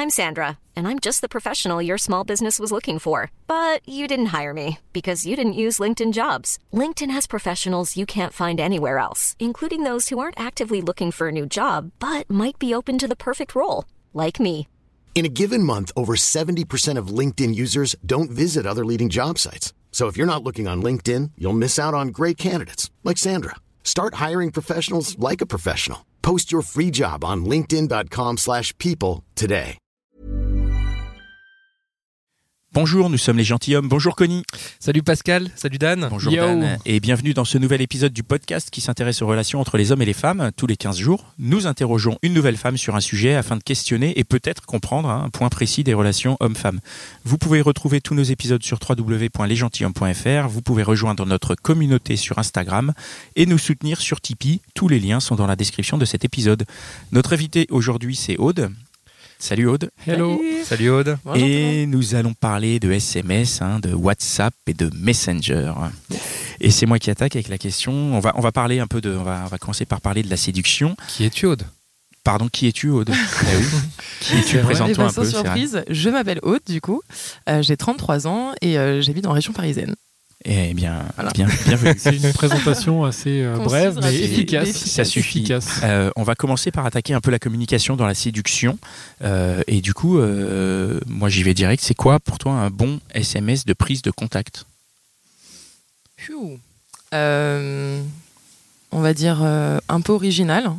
I'm Sandra, and I'm just the professional your small business was looking for. But you didn't hire me because you didn't use LinkedIn Jobs. LinkedIn has professionals you can't find anywhere else, including those who aren't actively looking for a new job, but might be open to the perfect role, like me. In a given month, over 70% of LinkedIn users don't visit other leading job sites. So if you're not looking on LinkedIn, you'll miss out on great candidates like Sandra. Start hiring professionals like a professional. Post your free job on linkedin.com/people today. Bonjour, nous sommes les gentilshommes. Bonjour Connie. Salut Pascal, salut Dan. Bonjour Yo. Dan. Et bienvenue dans ce nouvel épisode du podcast qui s'intéresse aux relations entre les hommes et les femmes. Tous les 15 jours, nous interrogeons une nouvelle femme sur un sujet afin de questionner et peut-être comprendre un point précis des relations hommes-femmes. Vous pouvez retrouver tous nos épisodes sur www.lesgentilhommes.fr. Vous pouvez rejoindre notre communauté sur Instagram et nous soutenir sur Tipeee. Tous les liens sont dans la description de cet épisode. Notre invité aujourd'hui, c'est Aude. Salut Aude. Hello. Salut Aude. Bonjour, et nous allons parler de SMS, de WhatsApp et de Messenger. Et c'est moi qui attaque avec la question. On va parler un peu on va commencer par parler de la séduction. Qui es-tu Aude ? Pardon, qui es-tu Aude ? Oui. Qui es-tu ? Présente-toi un peu. Sans surprise, je m'appelle Aude du coup. J'ai 33 ans et j'habite en région parisienne. Eh bien, voilà. bienvenue. C'est une présentation assez brève, mais efficace. Ça suffit. On va commencer par attaquer un peu la communication dans la séduction. Et du coup, moi j'y vais direct. C'est quoi pour toi un bon SMS de prise de contact ? On va dire un peu original.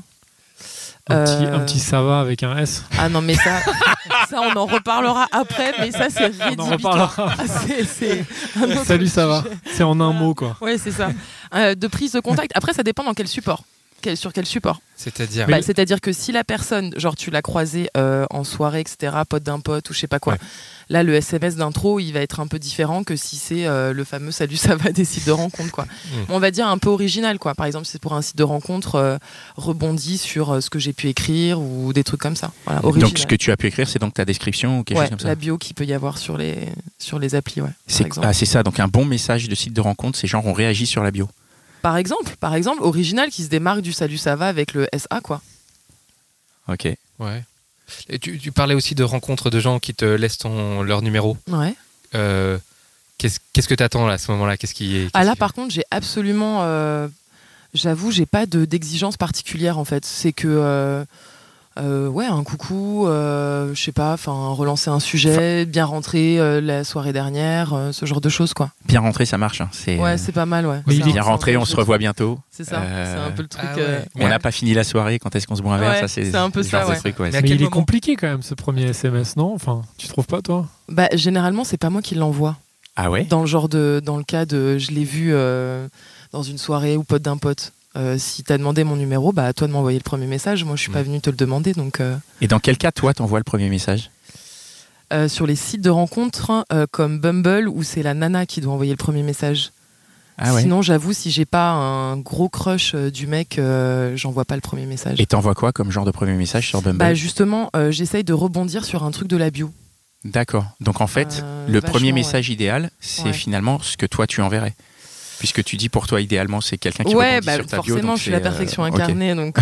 Un petit ça va avec un S. Ah non, mais ça on en reparlera après, mais ça c'est rédhibitoire. On en reparlera. C'est un autre Salut, ça va. sujet. C'est en un mot, quoi. Ouais, c'est ça. De prise de contact. Après, ça dépend dans quel support. Sur quel support ? C'est-à-dire C'est-à-dire que si la personne, genre tu l'as croisée en soirée, etc., pote d'un pote ou je sais pas quoi, là le SMS d'intro il va être un peu différent que si c'est le fameux salut ça va des sites de rencontre quoi. On va dire un peu original quoi. Par exemple, si c'est pour un site de rencontre, rebondit sur ce que j'ai pu écrire ou des trucs comme ça. Voilà, donc ce que tu as pu écrire, c'est donc ta description ou quelque chose comme ça. La bio qu'il peut y avoir sur les applis, c'est ça. Donc un bon message de site de rencontre, c'est genre on réagit sur la bio. Par exemple, original qui se démarque du salut ça va avec le SA quoi. Ok. Ouais. Et tu parlais aussi de rencontres de gens qui te laissent leur numéro. Ouais. Qu'est-ce que t'attends là, à ce moment-là ? Par contre, j'ai absolument, j'avoue, j'ai pas d'exigence particulière en fait. C'est que un coucou, je sais pas, relancer un sujet, bien rentrer la soirée dernière, ce genre de choses quoi. Bien rentré, ça marche. C'est pas mal, ouais. Bien rentré, on se revoit bientôt. C'est ça, c'est un peu le truc. On n'a pas fini la soirée, quand est-ce qu'on se boit un verre, ça c'est un peu ça, ouais. Truc, ouais. Mais il est compliqué quand même ce premier SMS, non ? Enfin, tu trouves pas toi ? Généralement, c'est pas moi qui l'envoie. Ah ouais ? Dans le cas de, je l'ai vu dans une soirée ou pote d'un pote. Si t'as demandé mon numéro, à toi de m'envoyer le premier message. Moi, je suis pas venue te le demander, donc. Et dans quel cas, toi, t'envoies le premier message ? Sur les sites de rencontres comme Bumble, où c'est la nana qui doit envoyer le premier message. Ah ouais. Sinon, j'avoue, si j'ai pas un gros crush du mec, j'envoie pas le premier message. Et t'envoies quoi comme genre de premier message sur Bumble ? Justement, j'essaye de rebondir sur un truc de la bio. D'accord. Donc en fait, le premier message idéal, c'est finalement ce que toi tu enverrais. Puisque tu dis pour toi idéalement c'est quelqu'un qui rebondit sur ta bio. Forcément je suis la perfection incarnée donc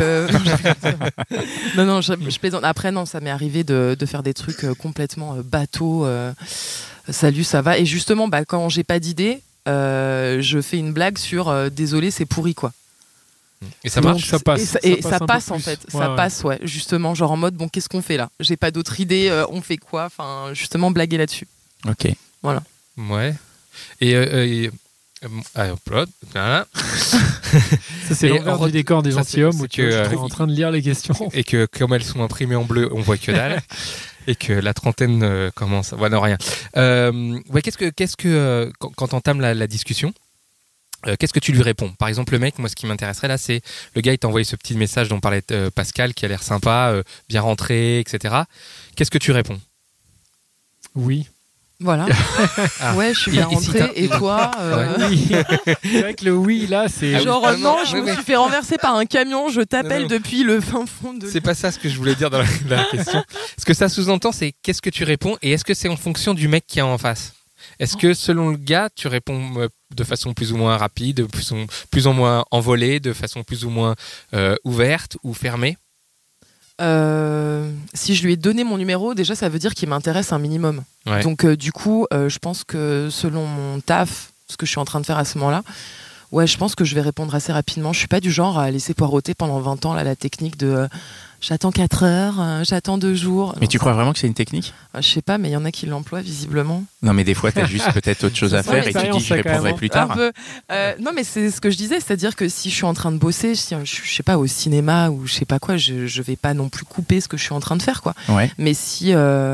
non je plaisante. Après non, ça m'est arrivé de faire des trucs complètement bateau, salut ça va, et justement quand j'ai pas d'idée je fais une blague sur désolé c'est pourri quoi. Et ça marche, ça passe. Ça passe en fait, ça passe justement, genre en mode bon qu'est-ce qu'on fait là, j'ai pas d'autre idée, on fait quoi, justement blaguer là-dessus. Ok. Voilà. Ouais. Et voilà. Ça c'est l'envers du décor des gentilshommes où tu es en train de lire les questions. Et que comme elles sont imprimées en bleu, on voit que dalle. Et que la trentaine commence. Ouais, non, rien. Qu'est-ce que quand t'entames la discussion, qu'est-ce que tu lui réponds ? Par exemple, le mec, moi, ce qui m'intéresserait là, c'est le gars, il t'a envoyé ce petit message dont parlait Pascal, qui a l'air sympa, bien rentré, etc. Qu'est-ce que tu réponds ? Oui. Voilà. Ouais, je suis bien rentrée. Et toi Oui. C'est vrai que le oui, là, c'est... Genre, non, je me suis fait renverser par un camion, je t'appelle depuis le fin fond de... C'est pas ça ce que je voulais dire dans la question. Ce que ça sous-entend, c'est qu'est-ce que tu réponds et est-ce que c'est en fonction du mec qui est en face ? Est-ce que selon le gars, tu réponds de façon plus ou moins rapide, de plus ou moins envolée, de façon plus ou moins ouverte ou fermée ? Si je lui ai donné mon numéro, déjà ça veut dire qu'il m'intéresse un minimum. Ouais. Donc du coup, je pense que selon mon taf, ce que je suis en train de faire à ce moment-là, ouais, je pense que je vais répondre assez rapidement. Je suis pas du genre à laisser poireauter pendant 20 ans là, la technique de j'attends 4 heures, j'attends 2 jours. Mais tu crois vraiment que c'est une technique ? Je sais pas, mais il y en a qui l'emploient visiblement. Non, mais des fois, t'as juste peut-être autre chose à faire et tu dis je répondrai plus tard. Un peu. Non, mais c'est ce que je disais, c'est-à-dire que si je suis en train de bosser, si je sais pas, au cinéma ou je sais pas quoi, je vais pas non plus couper ce que je suis en train de faire, quoi. Ouais. Mais si.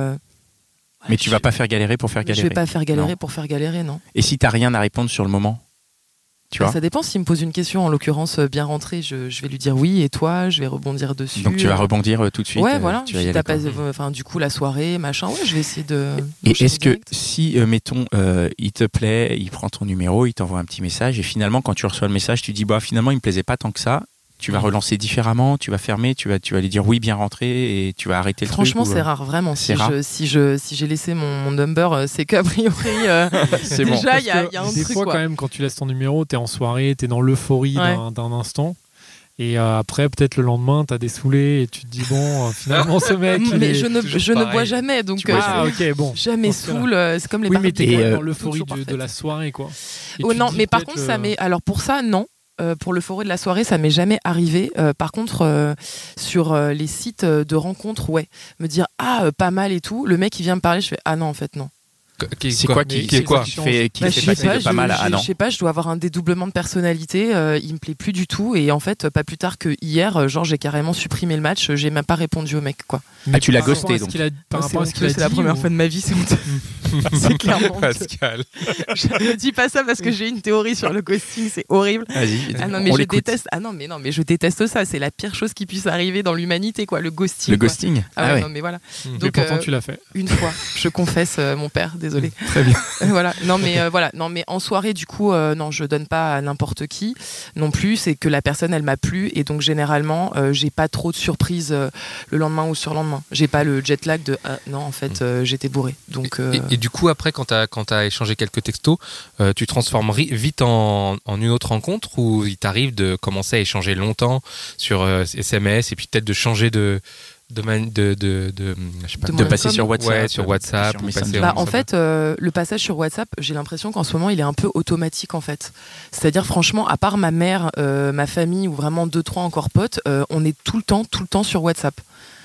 Mais tu vas pas faire galérer pour faire galérer. Je vais pas faire galérer non. pour faire galérer, non. Et si t'as rien à répondre sur le moment, tu vois ? Ça dépend. S'il me pose une question, en l'occurrence bien rentrée, je vais lui dire oui, et toi, je vais rebondir dessus. Donc tu vas rebondir tout de suite. Ouais, voilà. Tu vas y aller, enfin, du coup, la soirée, machin. Ouais, je vais essayer de. Et est-ce que si, mettons, il te plaît, il prend ton numéro, il t'envoie un petit message, et finalement, quand tu reçois le message, tu dis bah finalement, il me plaisait pas tant que ça. Tu vas relancer différemment, tu vas fermer, tu vas lui dire oui, bien rentré, et tu vas arrêter le truc. Franchement, c'est rare, vraiment. C'est rare. Si j'ai laissé mon number, c'est qu'a priori, c'est déjà, bon. il y a un des truc. Fois, quoi. quand même, quand tu laisses ton numéro, t'es en soirée, t'es dans l'euphorie d'un instant. Et après, peut-être le lendemain, t'as des saoulés et tu te dis bon, finalement, ce mec. Mais je ne bois jamais, donc ok, bon. Jamais saoul. C'est comme les oui, mais t'es dans l'euphorie de la soirée, quoi. Oh non, mais par contre, ça m'est. Alors pour ça, non. Pour l'euphorie de la soirée, ça m'est jamais arrivé. Par contre, sur les sites de rencontres, ouais, me dire pas mal et tout. Le mec il vient me parler, je fais non en fait non. C'est quoi qui fait passer de pas mal à non ? Je sais pas, je dois avoir un dédoublement de personnalité. Il me plaît plus du tout et en fait pas plus tard que hier, genre j'ai carrément supprimé le match. J'ai même pas répondu au mec quoi. Ah, tu l'as ghosté donc. C'est la première fois de ma vie, c'est honteux. C'est clairement. Pascal. Je ne dis pas ça parce que j'ai une théorie sur le ghosting, c'est horrible. Vas-y. Ah non mais je déteste. Ah non mais je déteste ça. C'est la pire chose qui puisse arriver dans l'humanité quoi, le ghosting. Le ghosting. Ah ouais. Non mais voilà. Donc mais pourtant tu l'as fait. Une fois, je confesse, mon père. Désolée. Très bien. Voilà. Non mais en soirée du coup non, je donne pas à n'importe qui non plus, c'est que la personne elle m'a plu et donc généralement j'ai pas trop de surprises le lendemain ou surlendemain. J'ai pas le jet lag de non en fait j'étais bourré. Donc et du coup après quand t'as échangé quelques textos, tu transformes vite en une autre rencontre ou il t'arrive de commencer à échanger longtemps sur SMS et puis peut-être de changer de passer sur WhatsApp, sur WhatsApp ou passer en fait le passage sur WhatsApp, j'ai l'impression qu'en ce moment il est un peu automatique en fait. C'est-à-dire franchement, à part ma mère, ma famille ou vraiment 2-3 encore potes, on est tout le temps sur WhatsApp. Pourquoi ?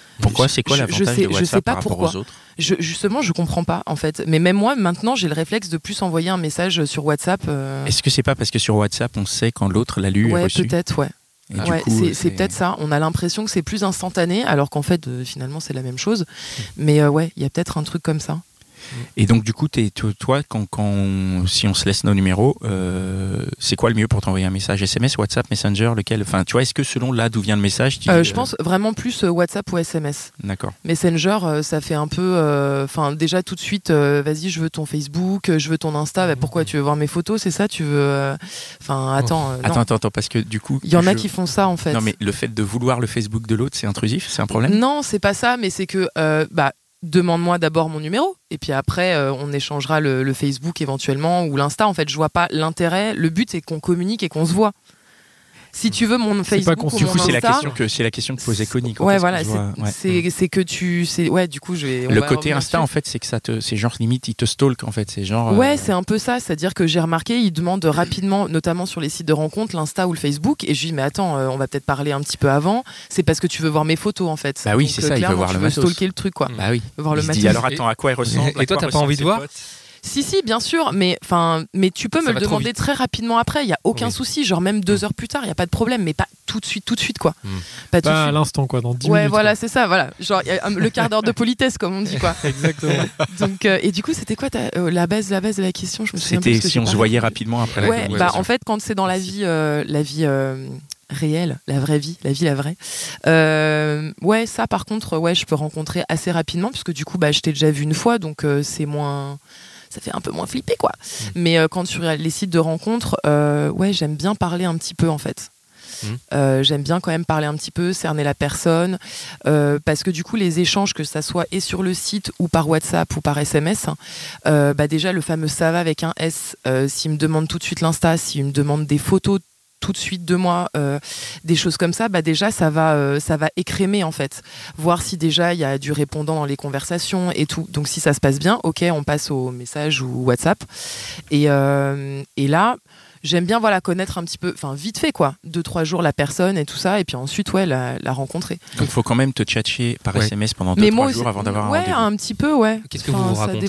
C'est quoi l'avantage de WhatsApp je sais pas par rapport pourquoi. aux autres ? Justement, je comprends pas en fait. Mais même moi, maintenant, j'ai le réflexe de plus envoyer un message sur WhatsApp. Est-ce que c'est pas parce que sur WhatsApp, on sait quand l'autre l'a lu et reçu ? Peut-être, ouais. Ouais, c'est peut-être ça. On a l'impression que c'est plus instantané, alors qu'en fait, finalement, c'est la même chose. Mais ouais, il y a peut-être un truc comme ça. Et donc, du coup, toi, si on se laisse nos numéros, c'est quoi le mieux pour t'envoyer un message ? SMS, WhatsApp, Messenger, lequel ? Enfin, tu vois, est-ce que selon là d'où vient le message je pense vraiment plus WhatsApp ou SMS. D'accord. Messenger, ça fait un peu. Enfin, déjà tout de suite, vas-y, je veux ton Facebook, je veux ton Insta. Bah, pourquoi tu veux voir mes photos ? C'est ça ? Tu veux. Enfin, attends. Attends, parce que du coup. Il y en a qui font ça en fait. Non, mais le fait de vouloir le Facebook de l'autre, c'est intrusif ? C'est un problème ? Non, c'est pas ça, mais c'est que. Demande-moi d'abord mon numéro et puis après on échangera le Facebook éventuellement ou l'Insta. En fait, je vois pas l'intérêt. Le but c'est qu'on communique et qu'on se voit. Si tu veux mon Facebook ou mon Insta, c'est la question que posait Connie. Ouais, voilà, c'est que tu, du coup je vais. Le côté Insta en fait, c'est que c'est genre limite il te stalk en fait, c'est genre. Ouais, c'est un peu ça, c'est-à-dire que j'ai remarqué, ils demandent rapidement, notamment sur les sites de rencontres, l'Insta ou le Facebook, et je dis mais attends, on va peut-être parler un petit peu avant. C'est parce que tu veux voir mes photos en fait. Bah oui, c'est ça, il veut voir le matos. Stalker le truc quoi. Bah oui. Voir le matos. Alors attends, à quoi il ressemble ? Et toi, t'as pas envie de voir ? Si, bien sûr, mais tu peux me le demander très rapidement après, il n'y a aucun souci, genre même 2 heures plus tard, il n'y a pas de problème, mais pas tout de suite, quoi. Pas à l'instant, quoi, dans 10 minutes. Ouais, voilà, quoi. c'est ça, voilà. Genre, le quart d'heure de politesse, comme on dit, quoi. Exactement. Donc, et du coup, c'était quoi la base de la question ? Je me souviens plus. C'était si on se voyait rapidement après la vie. En fait, quand c'est dans la vie réelle, la vraie vie, la vraie. Ouais, ça, par contre, je peux rencontrer assez rapidement, puisque du coup, je t'ai déjà vu une fois, donc c'est moins... Ça fait un peu moins flipper, quoi. Mais quand sur les sites de rencontres, j'aime bien parler un petit peu, en fait. J'aime bien quand même parler un petit peu, cerner la personne, parce que du coup, les échanges, que ça soit et sur le site ou par WhatsApp ou par SMS, déjà, le fameux « ça va » avec un S, s'il me demande tout de suite l'Insta, s'il me demande des photos tout de suite 2 mois, des choses comme ça, bah déjà ça va écrémer en fait, voir si déjà il y a du répondant dans les conversations et tout. Donc si ça se passe bien, ok, on passe au message ou WhatsApp. Et là, j'aime bien connaître un petit peu, enfin vite fait quoi, 2-3 jours la personne et tout ça, et puis ensuite la rencontrer. Donc il faut quand même te tchatcher par SMS pendant 2-3 jours avant d'avoir un rendez-vous. Ouais, un petit peu, ouais. Qu'est-ce que vous vous racontez ?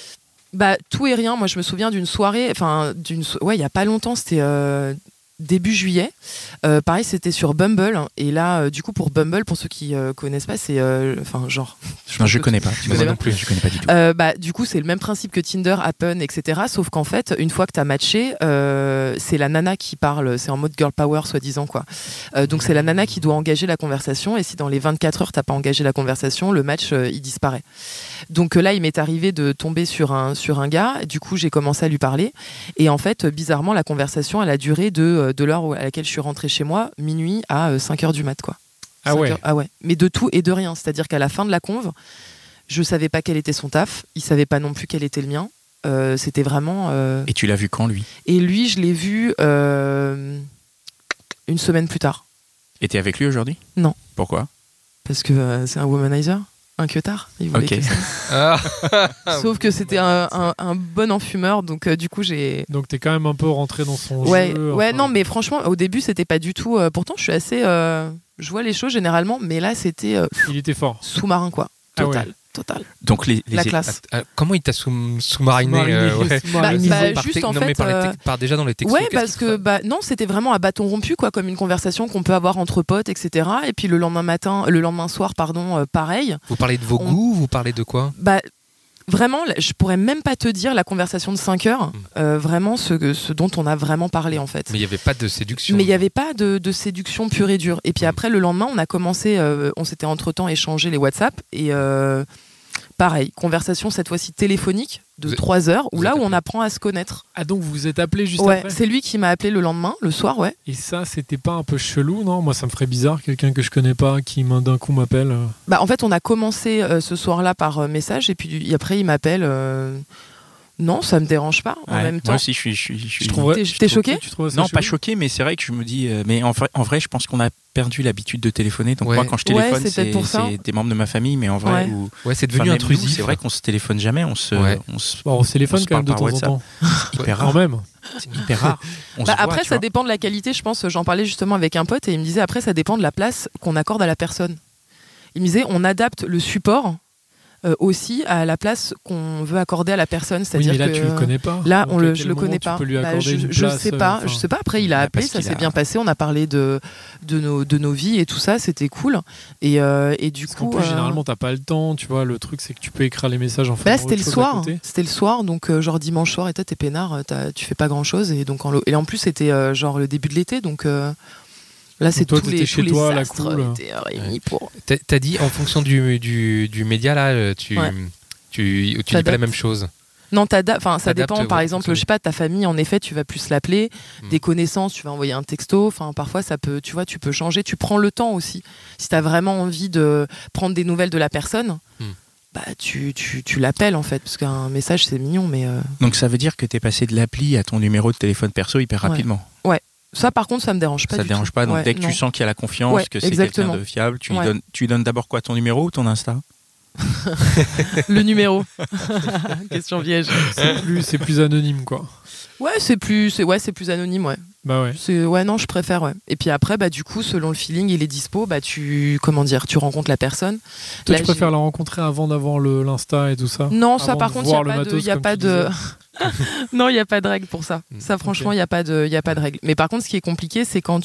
Tout et rien. Moi, je me souviens d'une soirée, il y a pas longtemps, c'était début juillet. Pareil, c'était sur Bumble. Et là, du coup, pour Bumble, pour ceux qui connaissent pas, c'est genre. Non, je connais pas. Moi non plus, je connais pas du tout. Du coup, c'est le même principe que Tinder, Happen, etc. Sauf qu'en fait, une fois que t'as matché, c'est la nana qui parle. C'est en mode girl power, soi-disant quoi. Donc c'est la nana qui doit engager la conversation. Et si dans les 24 heures t'as pas engagé la conversation, le match il disparaît. Donc là, il m'est arrivé de tomber sur un gars. Du coup, j'ai commencé à lui parler. Et en fait, bizarrement, la conversation, elle a duré de l'heure à laquelle je suis rentrée chez moi, minuit à 5h du mat, quoi. Ah ouais. Ah ouais. Mais de tout et de rien. C'est-à-dire qu'à la fin de la conve, je savais pas quel était son taf. Il savait pas non plus quel était le mien. C'était vraiment... Et tu l'as vu quand, lui ? Et lui, je l'ai vu 1 semaine plus tard. Et t'es avec lui aujourd'hui ? Non. Pourquoi ? Parce que c'est un womanizer. Un queutard, il voulait que ça. Sauf que c'était un bon enfumeur, donc du coup j'ai. Donc t'es quand même un peu rentré dans son jeu. Ouais, non, mais franchement, au début c'était pas du tout. Pourtant, je suis assez. Je vois les choses généralement, mais là c'était. Il était fort. Sous-marin, quoi. Total. Donc la classe. Comment il t'a sous-mariné juste en fait. Par déjà dans les textos. Ouais, parce que non, c'était vraiment à bâton rompu, quoi, comme une conversation qu'on peut avoir entre potes, etc. Et puis le lendemain soir, pareil. Vous parlez de vos goûts, vous parlez de quoi ? Vraiment, je pourrais même pas te dire la conversation de 5 heures, vraiment ce dont on a vraiment parlé en fait. Mais il n'y avait pas de séduction. Mais il n'y avait pas de séduction pure et dure. Et puis après, le lendemain, on a commencé, on s'était entre-temps échangé les WhatsApp et pareil, conversation cette fois-ci téléphonique de 3 heures, où on apprend à se connaître. Ah donc vous vous êtes appelé juste après ? C'est lui qui m'a appelé le lendemain, le soir, ouais. Et ça, c'était pas un peu chelou, non ? Moi, ça me ferait bizarre, quelqu'un que je connais pas, qui d'un coup m'appelle. En fait, on a commencé ce soir-là par message, et puis après, il m'appelle... Non, ça me dérange pas en même temps. Moi aussi, je suis. T'es choqué ? Non, pas choqué, mais c'est vrai que je me dis. Mais en vrai, je pense qu'on a perdu l'habitude de téléphoner. Donc moi, quand je téléphone, c'est des membres de ma famille, mais en vrai, c'est devenu intrusif. C'est vrai qu'on se téléphone jamais. On se téléphone quand même de temps en temps. Hyper rare. Quand même. C'est hyper rare. Après, ça dépend de la qualité. Je pense. J'en parlais justement avec un pote et il me disait après, ça dépend de la place qu'on accorde à la personne. Il me disait, on adapte le support. Aussi à la place qu'on veut accorder à la personne, c'est-à-dire mais là, que tu le connais pas. Là, je le connais pas. Je sais pas. Après, il a appelé, ça s'est bien passé. On a parlé de nos vies et tout ça, c'était cool. Et du coup, en plus, généralement, t'as pas le temps. Tu vois, le truc, c'est que tu peux écrire les messages en fait. C'était le soir. C'était le soir, donc genre dimanche soir, et toi, t'es peinard, tu fais pas grand-chose, et donc en plus, c'était genre le début de l'été, donc. Là, c'est tous les astres étaient réunis pour... T'as dit, en fonction du média, là, tu dis pas la même chose. Non, ça dépend. Par exemple, je sais pas, ta famille, en effet, tu vas plus l'appeler. Des connaissances, tu vas envoyer un texto. Enfin, parfois, ça peut, tu vois, tu peux changer. Tu prends le temps aussi. Si t'as vraiment envie de prendre des nouvelles de la personne... tu l'appelles en fait, parce qu'un message c'est mignon, mais... Donc ça veut dire que t'es passé de l'appli à ton numéro de téléphone perso hyper rapidement. Ouais. Ça, par contre, ça me dérange pas. Ça te dérange pas. Donc dès que tu sens qu'il y a la confiance, que c'est quelqu'un de fiable, tu lui donnes d'abord quoi, ton numéro ou ton Insta ? Le numéro. Question piège. C'est plus anonyme, quoi. Ouais, c'est plus anonyme, ouais. Bah ouais. Non, je préfère, ouais. Et puis après, du coup, selon le feeling et les dispos, tu rencontres la personne. Toi, tu préfères la rencontrer avant d'avoir l'Insta et tout ça ? Non, ça par contre, il n'y a pas de... Non, il n'y a pas de règle pour ça. Ça, franchement, il n'y a pas de règle. Mais par contre, ce qui est compliqué, c'est quand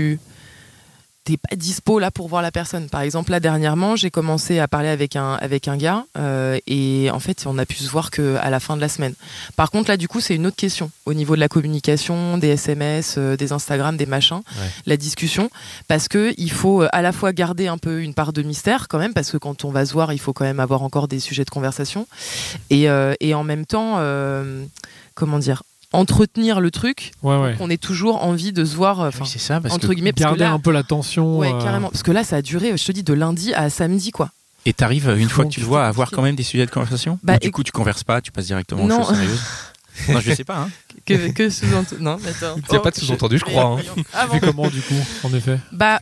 t'es pas dispo là pour voir la personne. Par exemple, là dernièrement, j'ai commencé à parler avec un gars et en fait, on a pu se voir qu'à la fin de la semaine. Par contre, là, du coup, c'est une autre question au niveau de la communication, des SMS, des Instagram, des machins, la discussion, parce que il faut à la fois garder un peu une part de mystère quand même, parce que quand on va se voir, il faut quand même avoir encore des sujets de conversation et en même temps, entretenir le truc, qu'on ait toujours envie de se voir, c'est ça, parce entre que guillemets, garder un peu la tension. Ouais, carrément, parce que là ça a duré, je te dis, de lundi à samedi, quoi. Et t'arrives, une fois que tu le vois, à avoir quand même des sujets de conversation ? Ou du coup tu converses pas, tu passes directement aux choses sérieuses ? Non, je sais pas. que sous-entendu. Non, attends. Il n'y a pas de sous-entendu, je crois. Ah Tu fais comment du coup, en effet?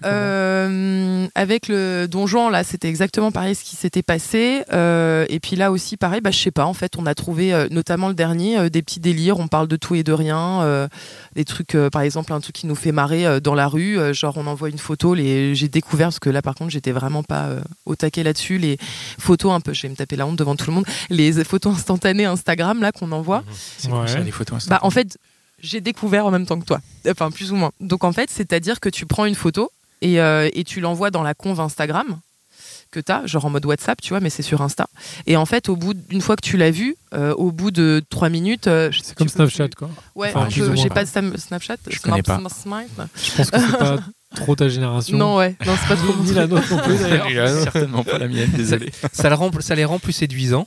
Avec le donjon, là, c'était exactement pareil ce qui s'était passé. Et puis là aussi, pareil, je sais pas. En fait, on a trouvé, notamment le dernier, des petits délires. On parle de tout et de rien. Des trucs, par exemple, un truc qui nous fait marrer dans la rue. Genre, on envoie une photo. J'ai découvert, parce que là, par contre, j'étais vraiment pas au taquet là-dessus. Les photos un peu, je vais me taper la honte devant tout le monde. Les photos instantanées Instagram, là, qu'on envoie. C'est quoi ça, les photos instantanées? En fait, j'ai découvert en même temps que toi. Enfin, plus ou moins. Donc, en fait, c'est-à-dire que tu prends une photo et tu l'envoies dans la conve Instagram que tu as, genre en mode WhatsApp, tu vois, mais c'est sur Insta. Et en fait, une fois que tu l'as vu, au bout de 3 minutes... c'est comme Snapchat, quoi. Ouais, enfin, j'ai pas de Snapchat. Je connais pas. Je pense que c'est pas trop ta génération. Non, ouais. Non, c'est pas trop ni la nôtre non plus, d'ailleurs. Certainement pas la mienne, désolé. Ça les rend plus séduisants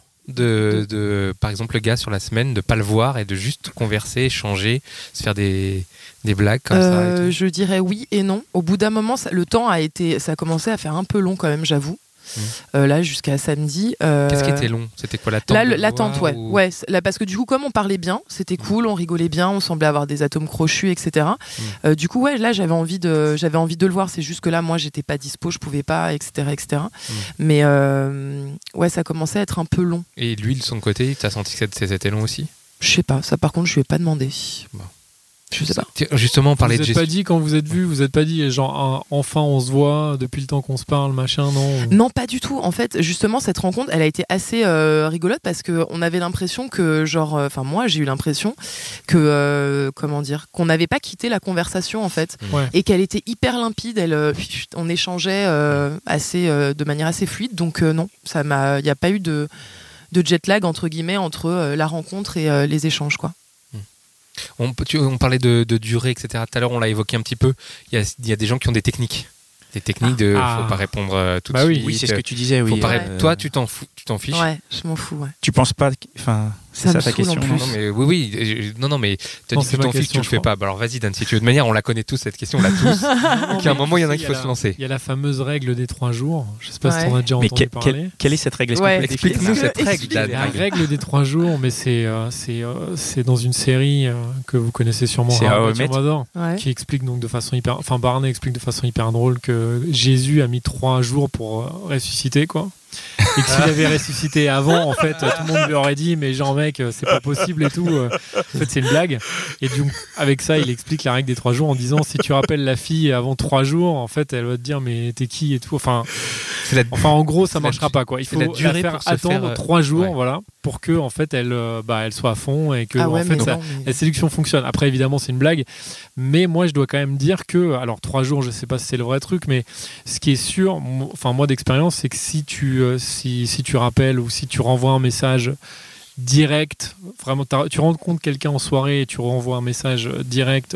de par exemple, le gars sur la semaine, de pas le voir et de juste converser, échanger, se faire des blagues comme ça et tout. Je dirais oui et non. Au bout d'un moment, ça a commencé à faire un peu long quand même, j'avoue. Là, jusqu'à samedi. Qu'est-ce qui était long? C'était quoi, l'attente? Là, l'attente, ouais. Ouais, là, parce que du coup, comme on parlait bien, c'était cool, on rigolait bien, on semblait avoir des atomes crochus, etc. Du coup, ouais, là, j'avais envie de le voir. C'est juste que là, moi, j'étais pas dispo, je pouvais pas, etc., etc. Mais ouais, ça commençait à être un peu long. Et lui, de son côté, t'as senti que c'était long aussi? Je sais pas. Ça, par contre, je lui ai pas demandé. Bon. Je sais pas. Justement, on parlait de Vous n'êtes pas dit quand vous êtes vus, vous n'êtes pas dit genre enfin on se voit depuis le temps qu'on se parle, machin, non? Non, pas du tout. En fait, justement, cette rencontre, elle a été assez rigolote parce que on avait l'impression que moi j'ai eu l'impression que qu'on n'avait pas quitté la conversation en fait, et qu'elle était hyper limpide. On échangeait de manière assez fluide. Donc non, il n'y a pas eu de jet lag entre guillemets entre la rencontre et les échanges quoi. On parlait de durée, etc. Tout à l'heure, on l'a évoqué un petit peu. Il y a des gens qui ont des techniques. Des techniques faut pas répondre tout de suite. Oui, c'est ce que tu disais. Oui. Toi, tu t'en fiches. Ouais, je m'en fous. Ouais. Tu penses pas. C'est ça ta question? Non, mais oui. Non, mais tu as dit que tu t'en fiches, tu le fais pas. Alors vas-y, Dan, si tu veux. De manière, on la connaît tous, cette question, on l'a tous. Donc à un moment, il y en a qui faut se lancer. Il y a la fameuse règle des 3 jours. Je sais pas si tu en as déjà entendu parler. Quelle est cette règle? Explique-nous cette règle, Dan. La règle des 3 jours, mais c'est dans une série que vous connaissez sûrement, qui explique donc de façon hyper. Enfin, Barney explique de façon hyper drôle que Jésus a mis 3 jours pour ressusciter, quoi. Et que s'il avait ressuscité avant, en fait, tout le monde lui aurait dit mais genre mec, c'est pas possible et tout. En fait, c'est une blague. Et donc, avec ça, il explique la règle des 3 jours en disant si tu rappelles la fille avant 3 jours, en fait, elle va te dire mais t'es qui et tout. Enfin, en gros, ça marchera pas quoi. Il faut la faire attendre 3 jours, voilà, pour que en fait elle soit à fond et que la séduction fonctionne. Après, évidemment, c'est une blague, mais moi, je dois quand même dire que, alors 3 jours, je sais pas si c'est le vrai truc, mais ce qui est sûr, enfin moi d'expérience, c'est que si tu rappelles ou si tu renvoies un message direct, vraiment tu rencontres quelqu'un en soirée et tu renvoies un message direct,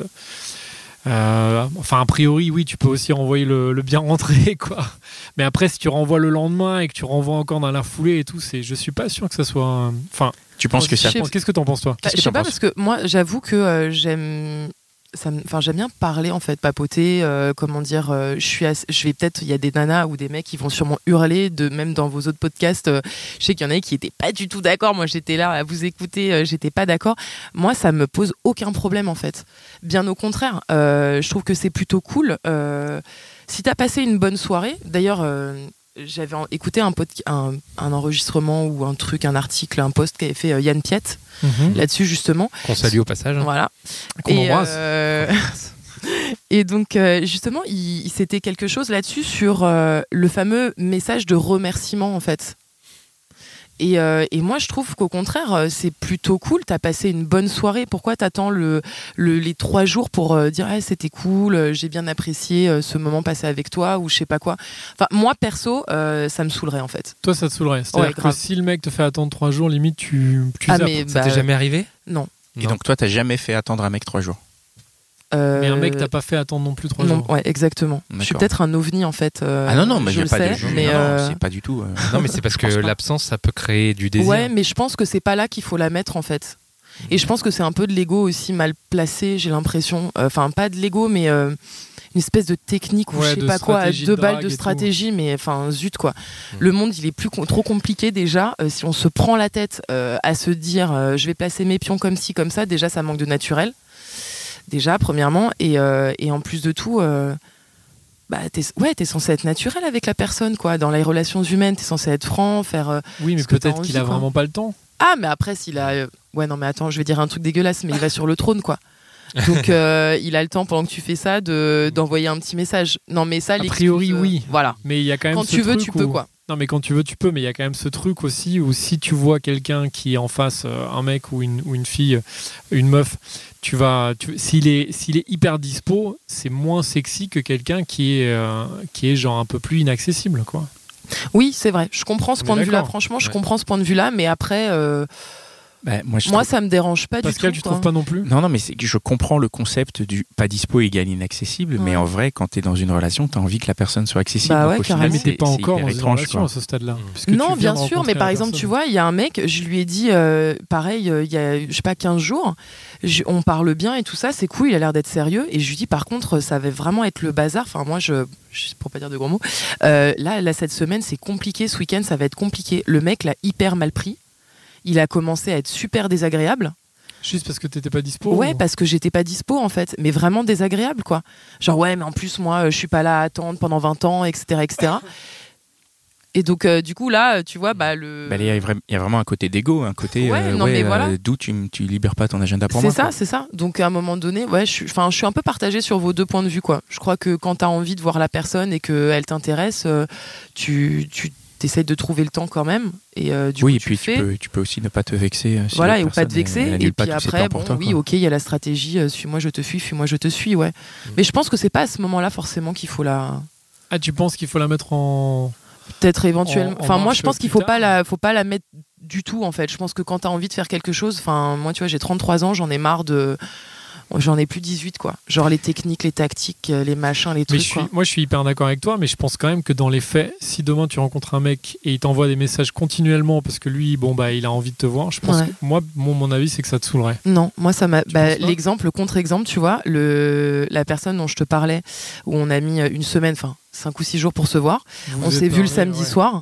enfin a priori oui, tu peux aussi renvoyer le bien rentré quoi, mais après si tu renvoies le lendemain et que tu renvoies encore dans la foulée et tout, je suis pas sûr que ça soit tu penses que ça... Qu'est-ce que t'en penses toi? Je sais pas, parce que moi j'avoue que j'aime bien parler en fait, papoter, je vais peut-être, il y a des nanas ou des mecs qui vont sûrement hurler, même dans vos autres podcasts, je sais qu'il y en a qui étaient pas du tout d'accord, moi j'étais là à vous écouter, j'étais pas d'accord. Moi ça me pose aucun problème en fait, bien au contraire, je trouve que c'est plutôt cool. Si t'as passé une bonne soirée, d'ailleurs j'avais écouté un enregistrement ou un article, un post qu'avait fait Yann Piette là-dessus justement. Qu'on salue au passage. Voilà. Qu'on embrasse. Et donc justement, c'était quelque chose là-dessus sur le fameux message de remerciement en fait. Et moi, je trouve qu'au contraire, c'est plutôt cool. T'as passé une bonne soirée. Pourquoi t'attends les 3 jours pour dire c'était cool, j'ai bien apprécié ce moment passé avec toi ou je sais pas quoi. Enfin, moi perso, ça me saoulerait en fait. Toi, ça te saoulerait. C'est-à-dire que si le mec te fait attendre 3 jours, limite tu zappes. Ça t'est jamais arrivé? Non. Et donc toi, t'as jamais fait attendre un mec 3 jours? Mais un mec t'as pas fait attendre non plus 3 jours. Ouais, exactement. D'accord. Je suis peut-être un ovni en fait. Non, mais il n'y a pas de jeu. Mais non, c'est pas du tout. Non, mais c'est parce que l'absence, ça peut créer du désir. Ouais, mais je pense que c'est pas là qu'il faut la mettre en fait. Et je pense que c'est un peu de l'ego aussi mal placé, j'ai l'impression. Enfin, pas de l'ego, mais espèce de technique ou je sais pas quoi, 2 balles de stratégie, mais enfin zut quoi. Le monde il est trop compliqué déjà. Si on se prend la tête à se dire je vais placer mes pions comme ci comme ça, déjà ça manque de naturel. Déjà premièrement et en plus de tout. T'es censé être naturel avec la personne, quoi. Dans les relations humaines, t'es censé être franc, faire. Oui, mais peut-être qu'il a vraiment pas le temps. Ah, mais après, s'il a. Ouais, non, mais attends, je vais dire un truc dégueulasse, mais il va sur le trône, quoi. Donc, il a le temps pendant que tu fais ça d'envoyer un petit message. Non, mais ça, a priori, oui. Voilà. Mais il y a quand même quand tu veux, tu peux, quoi. Non, mais quand tu veux, tu peux. Mais il y a quand même ce truc aussi où si tu vois quelqu'un qui est en face, un mec ou une fille, une meuf, s'il est hyper dispo, c'est moins sexy que quelqu'un qui est genre un peu plus inaccessible, quoi. Oui, c'est vrai. Je comprends ce point de vue-là. Franchement, je comprends ce point de vue-là. Mais après. Moi, ça me dérange pas du tout. Pascal, tu trouves pas non plus ? Non, mais c'est que je comprends le concept du pas dispo égale inaccessible, mais en vrai, quand t'es dans une relation, t'as envie que la personne soit accessible. Bah ouais, carrément. Mais t'es pas encore dans une relation à ce stade-là. Non, bien sûr, mais par exemple, tu vois, il y a un mec, je lui ai dit, pareil, il y a, je sais pas, 15 jours, on parle bien et tout ça, c'est cool, il a l'air d'être sérieux, et je lui dis, par contre, ça va vraiment être le bazar, enfin, moi, pour pas dire de gros mots, là, cette semaine, c'est compliqué, ce week-end, ça va être compliqué. Le mec l'a hyper mal pris. Il a commencé à être super désagréable. Juste parce que t'étais pas dispo ? Ouais, parce que j'étais pas dispo en fait, mais vraiment désagréable quoi. Genre ouais, mais en plus moi je suis pas là à attendre pendant 20 ans, etc. Et donc du coup là, tu vois, il y a vraiment un côté d'ego, un côté d'où tu libères pas ton agenda pour moi. C'est ça. Donc à un moment donné, je suis un peu partagée sur vos 2 points de vue quoi. Je crois que quand t'as envie de voir la personne et qu'elle t'intéresse, tu t'essayes de trouver le temps quand même et tu peux aussi ne pas te vexer et ou pas te vexer et puis après il y a la stratégie suis-moi je te suis mais je pense que c'est pas à ce moment-là forcément qu'il faut la tu penses qu'il faut la mettre en peut-être éventuellement moi je pense qu'il faut pas la mettre du tout en fait. Je pense que quand t'as envie de faire quelque chose, moi tu vois j'ai 33 ans, j'en ai plus 18 quoi. Genre les techniques, les tactiques, les machins, les trucs. Moi je suis hyper d'accord avec toi, mais je pense quand même que dans les faits, si demain tu rencontres un mec et il t'envoie des messages continuellement parce que lui, il a envie de te voir, je pense que mon avis c'est que ça te saoulerait. Non, moi ça m'a. L'exemple, le contre-exemple, tu vois, la personne dont je te parlais, où on a mis une semaine, 5 ou 6 jours pour se voir. On s'est vu le samedi soir.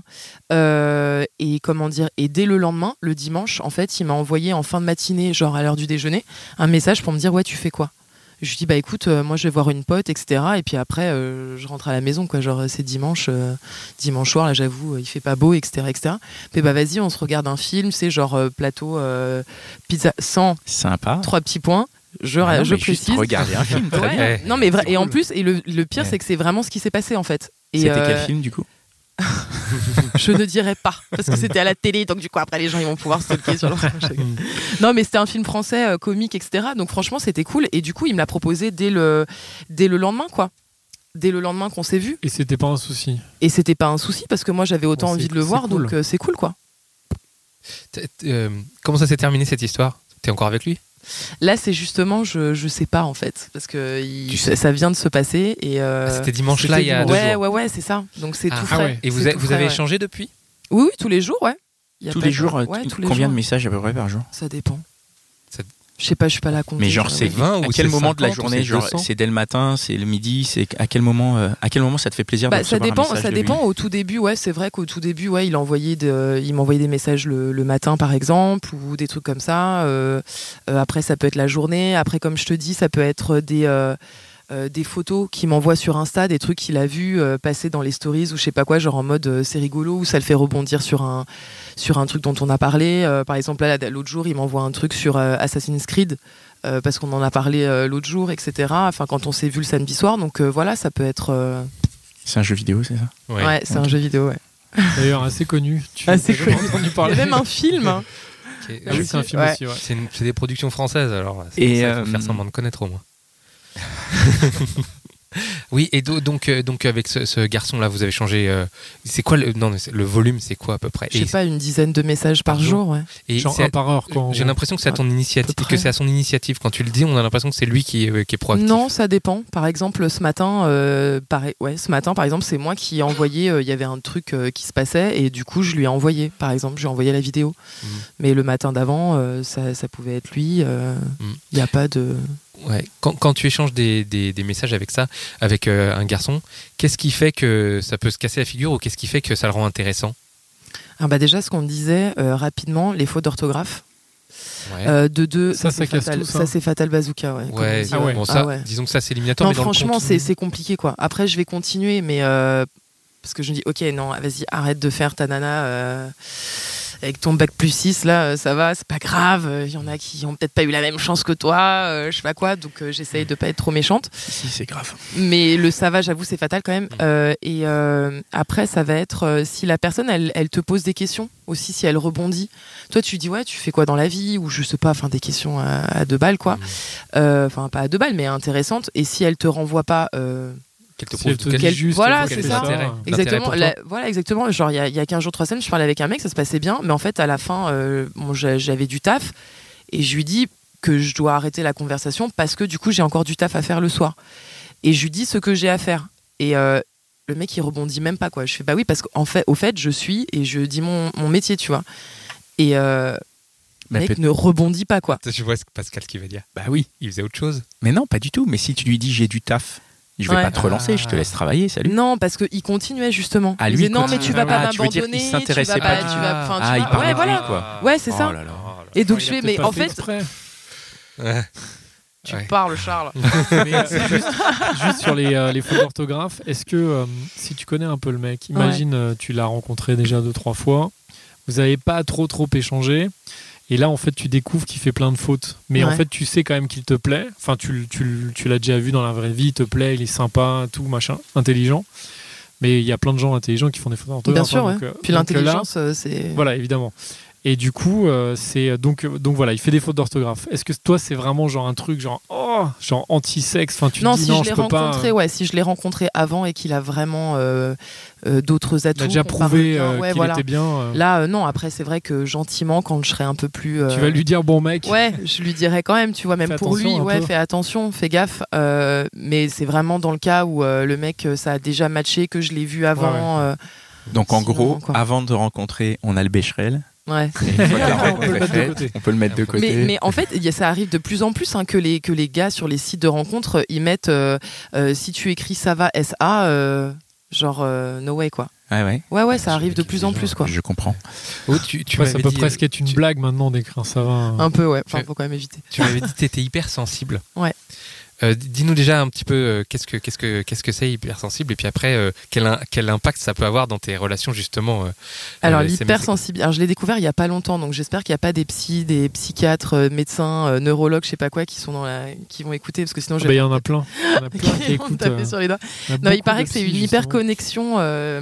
Et dès le lendemain, le dimanche, en fait, il m'a envoyé en fin de matinée, genre à l'heure du déjeuner, un message pour me dire tu fais quoi ? Je lui dis écoute, moi je vais voir une pote, etc. Et puis après, je rentre à la maison, quoi. Genre c'est dimanche soir, là j'avoue, il fait pas beau, etc. Mais vas-y, on se regarde un film, c'est genre plateau pizza sans sympa. 3 petits points. Je précise. Regarder un film, très bien. Non mais vrai. Et en plus, le pire, c'est que c'est vraiment ce qui s'est passé en fait. C'était quel film du coup ? Je ne dirais pas parce que c'était à la télé, donc du coup après les gens ils vont pouvoir stalker sur leur. Non mais c'était un film français comique, etc. Donc franchement c'était cool et du coup il me l'a proposé dès le lendemain quoi. Dès le lendemain qu'on s'est vu. Et c'était pas un souci. Et c'était pas un souci parce que moi j'avais autant envie de le voir, cool. Donc c'est cool quoi. Comment ça s'est terminé cette histoire ? T'es encore avec lui ? Là, c'est justement, je sais pas en fait, parce que ça vient de se passer et. C'était dimanche là, il y a 2 jours. Ouais, c'est ça. Donc c'est tout frais. Et vous avez échangé depuis ? Oui, tous les jours, ouais. Tous les jours. Combien de messages à peu près par jour ? Ça dépend. Je sais pas, je suis pas là à compter. Mais genre, c'est 20 ou à quel moment 50, de la journée, genre, c'est dès le matin, c'est le midi, c'est à quel moment ça te fait plaisir de recevoir un message ça dépend. Au tout début, c'est vrai qu'au tout début, il m'envoyait des messages le matin, par exemple, ou des trucs comme ça. Après, ça peut être la journée. Après, comme je te dis, ça peut être des photos qu'il m'envoie sur Insta, des trucs qu'il a vu passer dans les stories ou je sais pas quoi, genre en mode c'est rigolo, ou ça le fait rebondir sur un truc dont on a parlé. Par exemple, là, l'autre jour, il m'envoie un truc sur Assassin's Creed parce qu'on en a parlé l'autre jour, etc. Enfin, quand on s'est vu le samedi soir. Donc voilà, ça peut être. C'est un jeu vidéo, c'est ça ? Ouais, c'est un jeu vidéo, ouais. D'ailleurs, assez connu. Assez connu. Il y a même un film. Okay. Oui, c'est un film aussi, ouais. C'est des productions françaises, alors. Il faut faire semblant de connaître au moins. Oui, et donc avec ce garçon-là, vous avez changé. C'est quoi le volume, c'est quoi à peu près ? Je sais pas, une dizaine de messages par jour, ouais. Et genre un par heure, quoi. J'ai l'impression que c'est à ton initiative, que c'est à son initiative. Quand tu le dis, on a l'impression que c'est lui qui est proactif. Non, ça dépend. Par exemple, ce matin, par exemple, c'est moi qui ai envoyé. Il y avait un truc qui se passait et du coup, je lui ai envoyé. Par exemple, je lui ai envoyé la vidéo. Mais le matin d'avant, ça pouvait être lui. Il n'y a pas de. Quand tu échanges des messages avec un garçon, qu'est-ce qui fait que ça peut se casser la figure ou qu'est-ce qui fait que ça le rend intéressant? Déjà, ce qu'on disait rapidement, les fautes d'orthographe. De deux, ça c'est fatal. Tout, ça c'est fatal bazooka. Disons que ça c'est éliminatoire. Non, mais franchement, c'est compliqué quoi. Après, je vais continuer, mais parce que je me dis, ok, non, vas-y, arrête de faire ta nana. Avec ton bac +6 là, ça va, c'est pas grave. Il y en a qui ont peut-être pas eu la même chance que toi, je sais pas quoi. Donc j'essaye de pas être trop méchante. Si, c'est grave. Mais le ça va, j'avoue, c'est fatal quand même. Et après, ça va être si la personne, elle te pose des questions aussi, si elle rebondit. Toi, tu dis tu fais quoi dans la vie, ou je sais pas, enfin des questions à 2 balles quoi. Enfin pas à 2 balles, mais intéressantes. Et si elle te renvoie pas. Voilà, c'est ça. Exactement. Voilà, exactement. Genre, il y a 15 jours, 3 semaines, je parlais avec un mec, ça se passait bien, mais en fait, à la fin, j'avais du taf et je lui dis que je dois arrêter la conversation parce que du coup, j'ai encore du taf à faire le soir. Et je lui dis ce que j'ai à faire. Et le mec, il rebondit même pas, quoi. Je fais oui, parce qu'au fait, je suis et je dis mon métier, tu vois. Et le mec ne rebondit pas, quoi. Tu vois ce que Pascal qui va dire. Bah oui. Il faisait autre chose. Mais non, pas du tout. Mais si tu lui dis j'ai du taf. Je vais pas te relancer, je te laisse travailler, salut. Non, parce qu'il continuait justement. Il disait non, mais tu vas pas m'abandonner. Il s'intéressait pas. Il parlait de lui, quoi. Ouais, c'est ça. Et donc je fais, mais en fait. Tu parles, Charles. Juste sur les fautes d'orthographe, est-ce que si tu connais un peu le mec, imagine tu l'as rencontré déjà 2-3 fois, vous n'avez pas trop échangé. Et là, en fait, tu découvres qu'il fait plein de fautes. Mais en fait, tu sais quand même qu'il te plaît. Enfin, tu l'as déjà vu dans la vraie vie, il te plaît, il est sympa, tout, machin, intelligent. Mais il y a plein de gens intelligents qui font des fautes d'orthographe. Bien sûr, Puis l'intelligence, c'est... Voilà, évidemment. Et du coup, c'est donc voilà, il fait des fautes d'orthographe. Est-ce que toi, c'est vraiment genre un truc genre anti-sexe, enfin tu non, te dis si non, je peux rencontré, pas. Si je l'ai rencontré avant et qu'il a vraiment d'autres atouts. Il a déjà prouvé qu'il était bien. Là, non. Après, c'est vrai que gentiment, quand je serai un peu plus. Tu vas lui dire bon mec. Ouais, je lui dirais quand même, tu vois, même fais pour lui, fais attention, fais gaffe. Mais c'est vraiment dans le cas où le mec, ça a déjà matché, que je l'ai vu avant. Donc en gros, avant de rencontrer, on a le Becherel. Ouais. On peut le mettre de côté. Mais en fait, ça arrive de plus en plus que les gars sur les sites de rencontres, ils mettent si tu écris ça va SA, genre no way quoi. Ouais, ça arrive de plus en plus quoi. Je comprends. Ça peut presque être une blague maintenant d'écrire ça va. Un peu Enfin, faut quand même éviter. Tu m'avais dit que t'étais hypersensible. Ouais. Dis-nous déjà un petit peu qu'est-ce que c'est hypersensible et puis après quel impact ça peut avoir dans tes relations justement. Alors l'hypersensible, je l'ai découvert il y a pas longtemps, donc j'espère qu'il n'y a pas des psychiatres, médecins, neurologues, je sais pas quoi, qui sont qui vont écouter parce que sinon il y en a plein. Il y en a plein qui écoutent. Taper sur les doigts. Non, il paraît que c'est une hyperconnexion.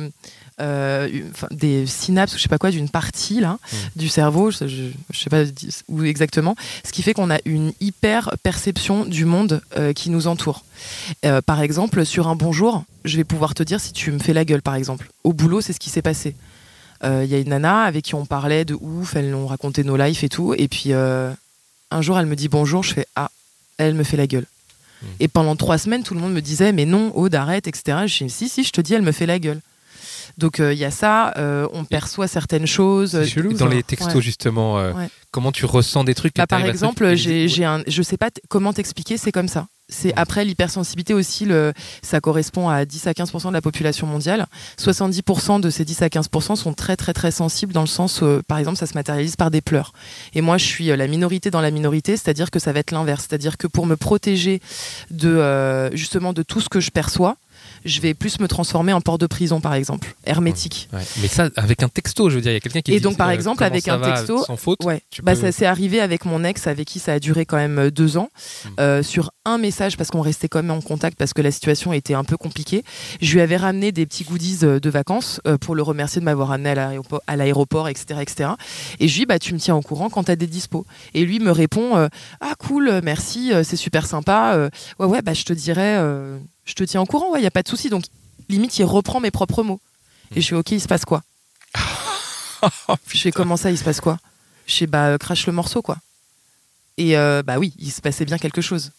Des synapses ou je sais pas quoi d'une partie là du cerveau, je sais pas où exactement, ce qui fait qu'on a une hyper perception du monde qui nous entoure. Par exemple, sur un bonjour, je vais pouvoir te dire si tu me fais la gueule par exemple. Au boulot, c'est ce qui s'est passé. Il y a une nana avec qui on parlait de ouf, elles nous racontait nos lives et tout, et puis un jour elle me dit bonjour, je fais elle me fait la gueule. Et pendant 3 semaines, tout le monde me disait mais non, Aude, arrête, etc. Je dis si, je te dis, elle me fait la gueule. Donc il y a ça, on perçoit certaines choses. C'est chelou, dans les textos justement, comment tu ressens des trucs. Par exemple, je sais pas comment t'expliquer, c'est comme ça. C'est après l'hypersensibilité aussi, ça correspond à 10 à 15% de la population mondiale. 70% de ces 10 à 15% sont très très très sensibles dans le sens, par exemple, ça se matérialise par des pleurs. Et moi, je suis la minorité dans la minorité, c'est-à-dire que ça va être l'inverse. C'est-à-dire que pour me protéger justement de tout ce que je perçois, je vais plus me transformer en porte de prison, par exemple, hermétique. Mais ça, avec un texto, je veux dire, il y a quelqu'un qui. Et donc, par exemple, avec un texto, sans faute, ça s'est arrivé avec mon ex, avec qui ça a duré quand même 2 ans, sur un message, parce qu'on restait quand même en contact, parce que la situation était un peu compliquée. Je lui avais ramené des petits goodies de vacances pour le remercier de m'avoir amené à l'aéroport, etc., etc. Et je lui dis, tu me tiens au courant quand t'as des dispos. Et lui me répond, cool, merci, c'est super sympa. Je te dirais. Je te tiens au courant, il n'y a pas de souci. Donc, limite, il reprend mes propres mots. Et je fais, ok, il se passe quoi? Je fais, comment ça, il se passe quoi? Je fais, crache le morceau, quoi. Et oui, il se passait bien quelque chose.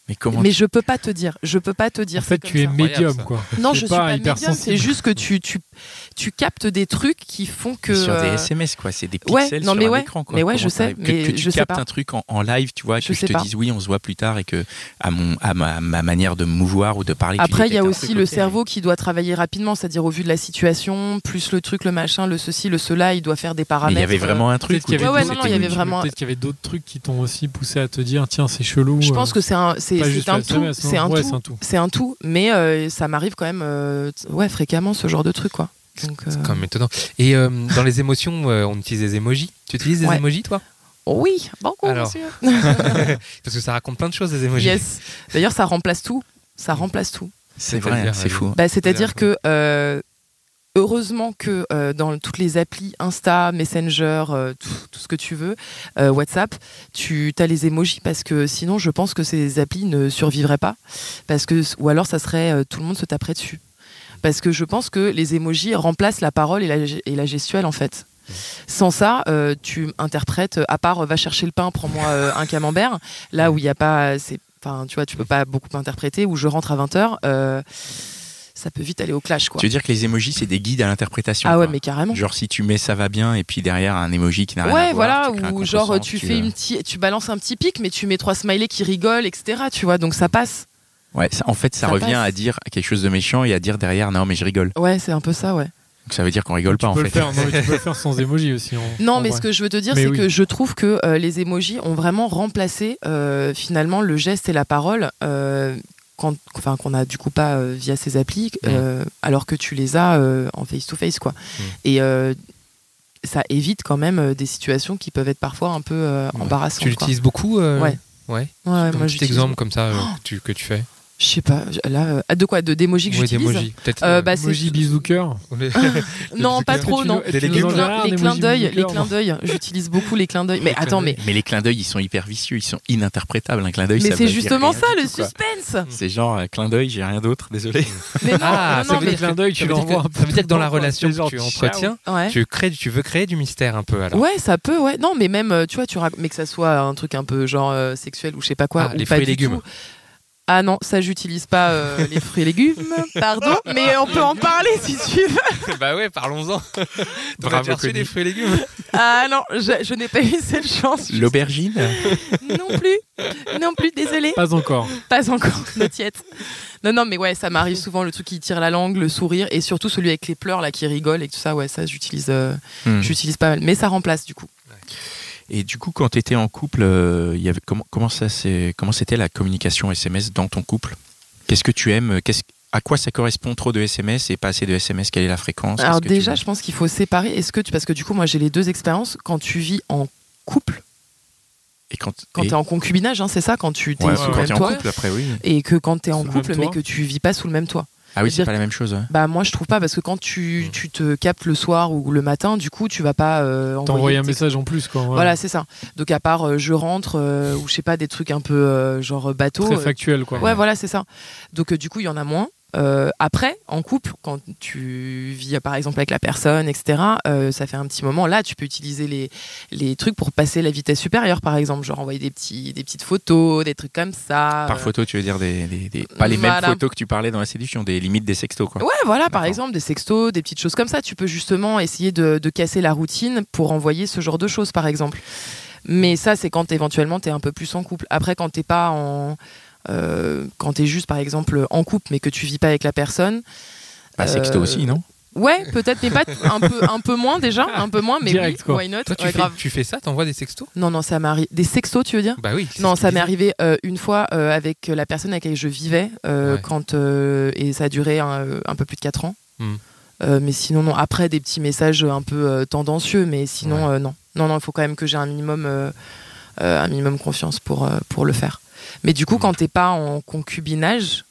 Mais je peux pas te dire. En fait, tu es médium, quoi. Non, je suis pas médium. C'est juste que tu captes des trucs qui font que. Sur des SMS, quoi. C'est des pixels sur un écran, quoi. Mais ouais, je sais. Que tu captes un truc en live, tu vois, que je te dise oui, on se voit plus tard et que à ma manière de me mouvoir ou de parler. Après, il y a aussi le cerveau qui doit travailler rapidement, c'est-à-dire au vu de la situation, plus le truc, le machin, le ceci, le cela, il doit faire des paramètres. Mais il y avait vraiment un truc. Il y avait vraiment. Peut-être qu'il y avait d'autres trucs qui t'ont aussi poussé à te dire tiens, c'est chelou. Je pense que c'est un tout. C'est un tout, mais ça m'arrive quand même fréquemment ce genre de truc, quoi. Donc, c'est quand même étonnant. Et dans les émotions, on utilise des emojis. Tu utilises des emojis, toi ? Oui, beaucoup, monsieur. Parce que ça raconte plein de choses, des emojis. Yes. D'ailleurs, ça remplace tout. C'est vrai, c'est fou. C'est-à-dire que heureusement que dans toutes les applis Insta, Messenger, tout ce que tu veux, WhatsApp, tu as les emojis parce que sinon je pense que ces applis ne survivraient pas ou alors ça serait tout le monde se taperait dessus. Parce que je pense que les emojis remplacent la parole et la gestuelle en fait. Sans ça, tu interprètes, à part va chercher le pain, prends-moi un camembert, là où il n'y a pas... Enfin, tu vois, tu peux pas beaucoup interpréter, ou je rentre à 20h, ça peut vite aller au clash, quoi. Tu veux dire que les emojis, c'est des guides à l'interprétation? Ah ouais, mais carrément. Genre, si tu mets ça va bien, et puis derrière un emoji qui n'a rien à voir. Ouais, voilà, ou genre tu balances un petit pic, mais tu mets 3 smileys qui rigolent, etc. Tu vois, donc ça passe. Ouais, en fait, ça revient à dire quelque chose de méchant et à dire derrière, non, mais je rigole. Ouais, c'est un peu ça, ouais. Donc ça veut dire qu'on rigole pas, en fait. Tu peux le faire sans emoji aussi. Ce que je veux te dire, c'est que je trouve que les emojis ont vraiment remplacé finalement le geste et la parole qu'on a du coup pas via ces applis, alors que tu les as en face-to-face, quoi. Et ça évite quand même des situations qui peuvent être parfois un peu embarrassantes. Tu l'utilises beaucoup Ouais. Ouais. Moi, un petit exemple comme ça que tu fais. Je sais pas, là, de quoi, d'émojis que j'utilise. D'émojis, peut-être. Emoji bisou cœur. Non, pas trop, non. Les clins d'œil, j'utilise beaucoup les clins d'œil. Mais attends, mais les clins d'œil, ils sont hyper vicieux, ils sont ininterprétables. Un clin d'œil, mais c'est justement ça, le suspense. C'est genre clin d'œil, j'ai rien d'autre, désolé. Mais non, mais clin d'œil, tu l'envoies. Ça veut dire que dans la relation que tu entretiens, tu veux créer du mystère un peu, alors. Ouais, ça peut, ouais. Non, mais même, tu vois, mais que ça soit un truc un peu genre sexuel ou je sais pas quoi. Les fruits et légumes. Ah non, ça j'utilise pas les fruits et légumes, pardon, mais on peut en parler si tu veux. Bah ouais, parlons-en. Bravo, reçu des fruits et légumes. Ah non, je n'ai pas eu cette chance. L'aubergine? Non plus, désolé. Pas encore, not yet. Non, mais ouais, ça m'arrive souvent, le truc qui tire la langue, le sourire, et surtout celui avec les pleurs là qui rigole et tout ça, ouais, ça j'utilise pas mal, mais ça remplace du coup. Et du coup, quand tu étais en couple, comment c'était la communication SMS dans ton couple? Qu'est-ce que tu aimes? À quoi ça correspond trop de SMS et pas assez de SMS? Quelle est la fréquence? Alors déjà, je pense qu'il faut séparer. Parce que du coup, moi, j'ai les deux expériences. Quand tu vis en couple, et quand t'es en concubinage, hein, c'est ça, quand tu t'es sous le même toit. Couple, après, oui. Et que quand t'es en couple, mais que tu vis pas sous le même toit. Ah oui, c'est pas la même chose. Ouais. Bah moi je trouve pas, parce que quand tu te captes le soir ou le matin, du coup tu vas pas t'envoyer un message en plus, quoi. Ouais. Voilà, c'est ça. Donc à part je rentre ou je sais pas, des trucs un peu genre bateau. Très factuel, quoi. Ouais, voilà, c'est ça. Donc du coup il y en a moins. Après, en couple, quand tu vis par exemple avec la personne, etc., ça fait un petit moment, là tu peux utiliser les trucs pour passer la vitesse supérieure, par exemple, genre envoyer des petites photos, des trucs comme ça. Par photo, tu veux dire pas les mêmes photos que tu parlais dans la séduction, des limites des sextos, quoi. Ouais, voilà, par exemple, des sextos, des petites choses comme ça. Tu peux justement essayer de casser la routine pour envoyer ce genre de choses, par exemple. Mais ça, c'est quand éventuellement t'es un peu plus en couple. Après, quand t'es pas quand t'es juste par exemple en couple mais que tu vis pas avec la personne, sexto aussi, non? Ouais, peut-être, mais pas un peu moins déjà, mais direct, oui, why not? Toi, tu fais ça, t'envoies des sextos? Non, ça m'est arrivé. Des sextos, tu veux dire? Bah oui. Non, ça m'est arrivé une fois avec la personne avec laquelle je vivais quand et ça a duré un peu plus de 4 ans. Mais sinon non. Après des petits messages un peu tendancieux, mais sinon non, il faut quand même que j'ai un minimum confiance pour le faire. Mais du coup, quand t'es pas en concubinage,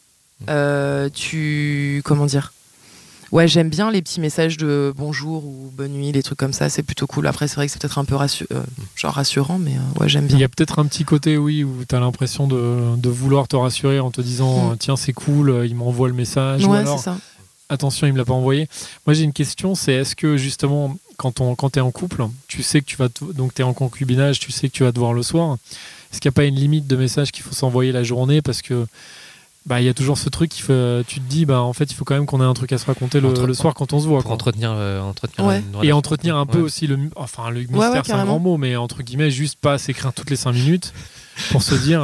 comment dire? Ouais, j'aime bien les petits messages de bonjour ou bonne nuit, les trucs comme ça, c'est plutôt cool. Après, c'est vrai que c'est peut-être un peu rassurant, mais ouais, j'aime bien. Il y a peut-être un petit côté, oui, où t'as l'impression de vouloir te rassurer en te disant tiens, c'est cool, il m'envoie le message. Ouais, ou alors, c'est ça. Attention, il me l'a pas envoyé. Moi, j'ai une question, c'est est-ce que justement, quand t'es en couple, tu sais que donc t'es en concubinage, tu sais que tu vas te voir le soir. est-ce qu'il n'y a pas une limite de messages qu'il faut s'envoyer la journée, parce que il y a toujours ce truc tu te dis en fait il faut quand même qu'on ait un truc à se raconter le soir quand on se voit, pour entretenir et entretenir un peu aussi le mystère, c'est un grand mot, mais entre guillemets juste pas s'écrire toutes les 5 minutes pour se dire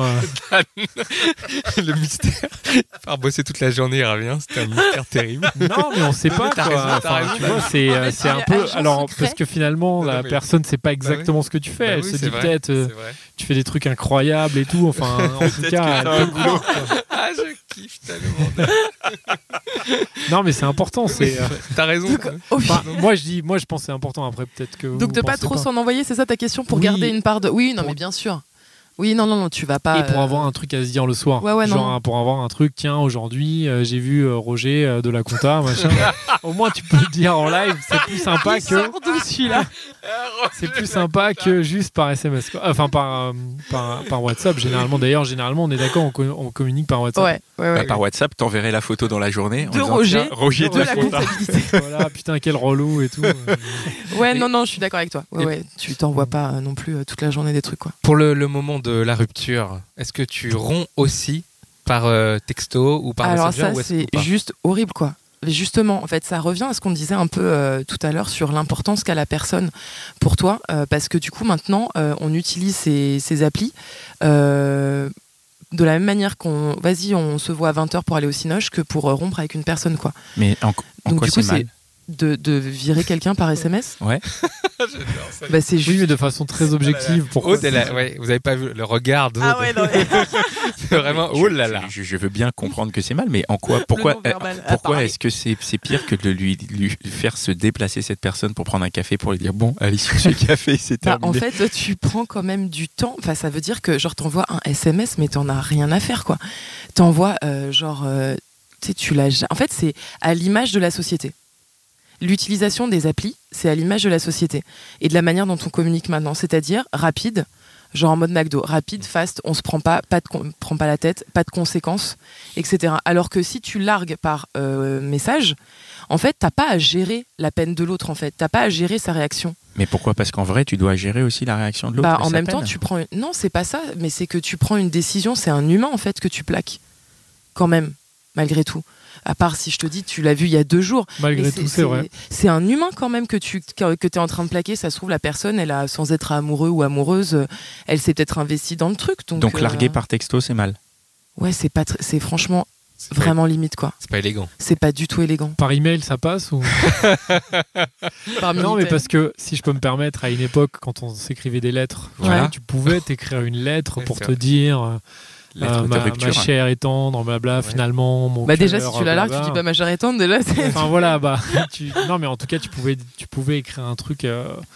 le mystère, faire bosser toute la journée, il revient, c'était un mystère terrible. Non, mais on sait pas quoi. Tu vois, c'est un peu parce que finalement la personne sait pas exactement ce que tu fais, elle se dit peut-être tu fais des trucs incroyables et tout, enfin en tout cas je kiffe tellement. Non, mais c'est important, t'as raison. Moi je pense que c'est important, après peut-être que donc de pas trop s'en envoyer, c'est ça ta question, pour garder une part de mais bien sûr. Oui, non, tu vas pas. Et pour avoir un truc à se dire le soir. Pour avoir un truc, tiens, aujourd'hui, j'ai vu Roger de la compta, machin. Au moins, tu peux le dire en live, c'est plus sympa c'est plus sympa que juste par SMS, quoi. Enfin, par WhatsApp. Généralement, on est d'accord, on communique par WhatsApp. Ouais. Par WhatsApp, t'enverrais la photo dans la journée. De Roger de la comptabilité. Voilà, putain, quel relou et tout. Non, je suis d'accord avec toi. Tu t'envoies pas non plus toute la journée des trucs, quoi. Pour le moment de la rupture, est-ce que tu romps aussi par texto ou par Messenger? Alors ça, c'est juste horrible, quoi. Mais justement, en fait, ça revient à ce qu'on disait un peu tout à l'heure sur l'importance qu'a la personne pour toi, parce que du coup, maintenant, on utilise ces applis de la même manière on se voit à 20h pour aller au cinoche, que pour rompre avec une personne, quoi. Mais en donc, quoi du coup, c'est mal de virer quelqu'un par SMS. Ouais. C'est juste... Oui, mais de façon très objective. Pourquoi vous avez pas vu le regard de c'est vraiment je veux bien comprendre que c'est mal, mais en quoi pourquoi est-ce que c'est pire que de lui faire se déplacer cette personne pour prendre un café, pour lui dire bon, allez sur ce café, c'est terminé. En fait, tu prends quand même du temps. Enfin, ça veut dire que t'envoies un SMS, mais t'en as rien à faire, quoi. T'envoies tu l'as. En fait, c'est à l'image de la société. L'utilisation des applis, c'est à l'image de la société et de la manière dont on communique maintenant, c'est-à-dire rapide, genre en mode McDo, rapide, fast, on se prend pas la tête, pas de conséquences, etc. Alors que si tu largues par message, en fait, t'as pas à gérer la peine de l'autre, en fait, t'as pas à gérer sa réaction. Mais pourquoi ? Parce qu'en vrai, tu dois gérer aussi la réaction de l'autre. En même temps, tu prends. Non, c'est pas ça, mais c'est que tu prends une décision. C'est un humain, en fait, que tu plaques, quand même, malgré tout. À part si je te dis, tu l'as vu il y a 2 jours. Malgré tout, c'est vrai. C'est un humain quand même que t'es en train de plaquer. Ça se trouve, la personne, elle a, sans être amoureux ou amoureuse, elle s'est peut-être investie dans le truc. Donc larguer par texto, c'est mal. Ouais, c'est franchement vraiment limite, quoi. C'est pas élégant. C'est pas du tout élégant. Par email, ça passe ou Non, mais parce que si je peux me permettre, à une époque, quand on s'écrivait des lettres, tu pouvais t'écrire une lettre pour te dire. Ma chère et tendre, blabla, finalement mon cœur, déjà si tu la largues, tu dis ma chère et tendre, déjà enfin voilà, non mais en tout cas tu pouvais écrire un truc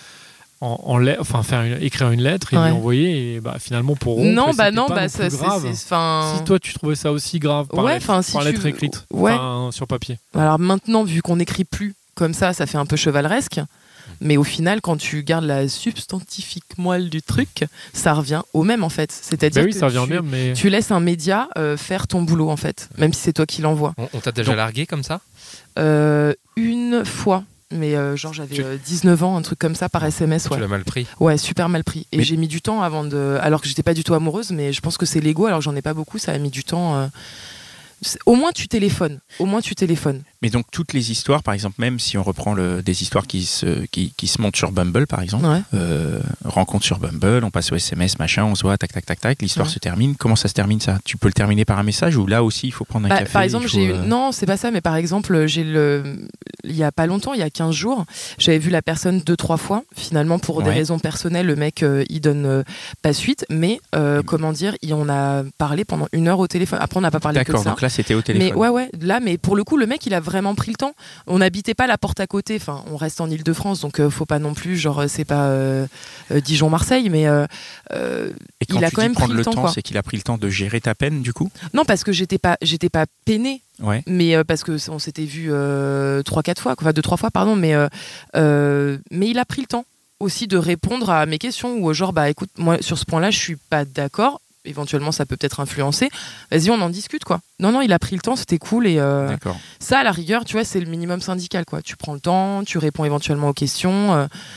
écrire une lettre et lui envoyer, et finalement pour rompre, c'est grave. Si toi tu trouvais ça aussi grave par lettre écrite, sur papier. Alors maintenant, vu qu'on n'écrit plus comme ça fait un peu chevaleresque. Mais au final, quand tu gardes la substantifique moelle du truc, ça revient au même, en fait. C'est-à-dire que ça revient même, mais... tu laisses un média faire ton boulot, en fait, même si c'est toi qui l'envoies. On t'a déjà largué comme ça ? Une fois. Mais j'avais 19 ans, un truc comme ça, par SMS. Tu l'as mal pris ? Ouais, super mal pris. Et j'ai mis du temps avant de... Alors que j'étais pas du tout amoureuse, mais je pense que c'est l'ego, alors que j'en ai pas beaucoup, ça a mis du temps... Au moins tu téléphones. Mais donc toutes les histoires, par exemple, même si on reprend des histoires qui se montent sur Bumble, par exemple, rencontre sur Bumble, on passe au SMS, machin, on se voit, tac, l'histoire se termine. Comment ça se termine, ça ? Tu peux le terminer par un message, ou là aussi il faut prendre un café ? Par exemple, non, c'est pas ça, mais par exemple, il y a pas longtemps, il y a 15 jours, j'avais vu la personne 2-3 fois. Finalement, pour des raisons personnelles, le mec, il donne pas suite, mais comment dire, on a parlé pendant 1 heure au téléphone. Après, on n'a pas parlé que de ça. Donc là, c'était au téléphone. Mais là, mais pour le coup, le mec, il a vraiment pris le temps. On n'habitait pas la porte à côté. Enfin, on reste en Île-de-France, donc faut pas non plus, c'est pas Dijon-Marseille, mais il a quand même pris le temps. C'est qu'il a pris le temps de gérer ta peine, du coup ? Non, parce que j'étais pas peinée. Ouais. Mais parce que on s'était vu 3-4 fois, enfin 2-3 fois, pardon. Mais il a pris le temps aussi de répondre à mes questions, ou écoute, moi sur ce point-là, je suis pas d'accord. Éventuellement ça peut peut-être influencer, vas-y on en discute, quoi. Non, il a pris le temps, c'était cool, et ça, à la rigueur, tu vois, c'est le minimum syndical, quoi. Tu prends le temps, tu réponds éventuellement aux questions,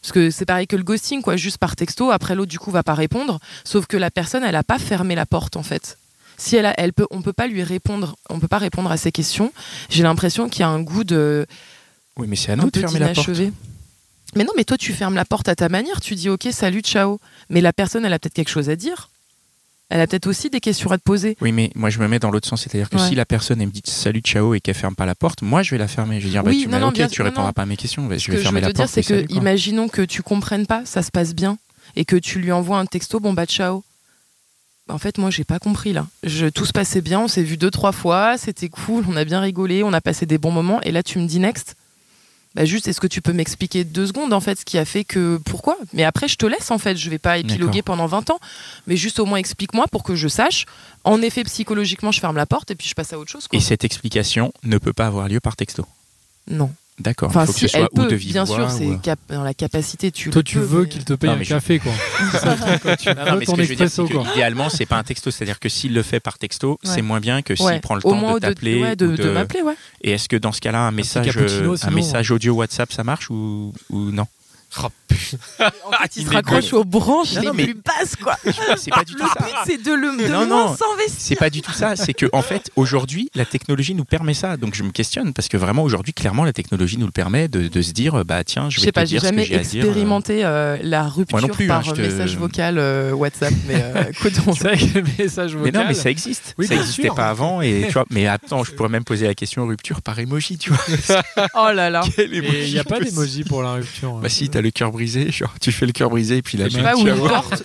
Parce que c'est pareil que le ghosting, quoi, juste par texto, après l'autre du coup va pas répondre, sauf que la personne elle a pas fermé la porte en fait. Si on peut pas lui répondre, on peut pas répondre à ses questions. J'ai l'impression qu'il y a un goût de. Oui, mais c'est à nous de fermer la porte. Mais non, mais toi tu fermes la porte à ta manière, tu dis ok, salut, ciao. Mais la personne elle a peut-être quelque chose à dire. Elle a peut-être aussi des questions à te poser. Oui, mais moi je me mets dans l'autre sens, c'est-à-dire que si la personne elle me dit salut, ciao et qu'elle ferme pas la porte, moi je vais la fermer. Je vais dire tu répondras pas à mes questions, je vais fermer la porte. Ce que je veux te dire, c'est que imaginons que tu comprennes pas, ça se passe bien et que tu lui envoies un texto, bon bah ciao. En fait, moi j'ai pas compris là. Tout se passait bien, on s'est vu 2-3 fois, c'était cool, on a bien rigolé, on a passé des bons moments et là tu me dis next. Bah juste, est-ce que tu peux m'expliquer 2 secondes en fait ce qui a fait que pourquoi ? Mais après je te laisse en fait, je vais pas épiloguer pendant 20 ans, mais juste au moins explique-moi pour que je sache. En effet, psychologiquement, je ferme la porte et puis je passe à autre chose, quoi. Et cette explication ne peut pas avoir lieu par texto. Non. D'accord. Enfin, il faut que ce soit ou de vive bien voix, sûr, c'est dans la capacité. Toi, tu veux qu'il te paye un café, quoi. C'est ça, tu veux ton expresso, quoi. Idéalement, c'est pas un texto, c'est-à-dire que s'il le fait par texto, c'est moins bien que s'il prend le temps de t'appeler, de m'appeler, ouais. Et est-ce que dans ce cas-là, un message audio WhatsApp, ça marche ou non ? En fait, il se raccroche aux branches les plus basses, quoi. C'est pas du tout ça. Le but, c'est de moins s'investir. C'est pas du tout ça. C'est que en fait, aujourd'hui, la technologie nous permet ça. Donc, je me questionne parce que vraiment, aujourd'hui, clairement, la technologie nous le permet de se dire, bah tiens, je vais te dire ce que j'ai à dire. J'ai jamais expérimenté la rupture par message vocal WhatsApp, mais écoute, c'est vrai que le message vocal. Mais non, mais ça existe. Oui, ça n'existait pas avant. Et tu vois, mais attends, je pourrais même poser la question rupture par emoji, tu vois. Oh là là. Il n'y a pas d'emoji pour la rupture. Bah si, t'as le cœur brisé, genre tu fais le cœur brisé et puis la main. Une porte.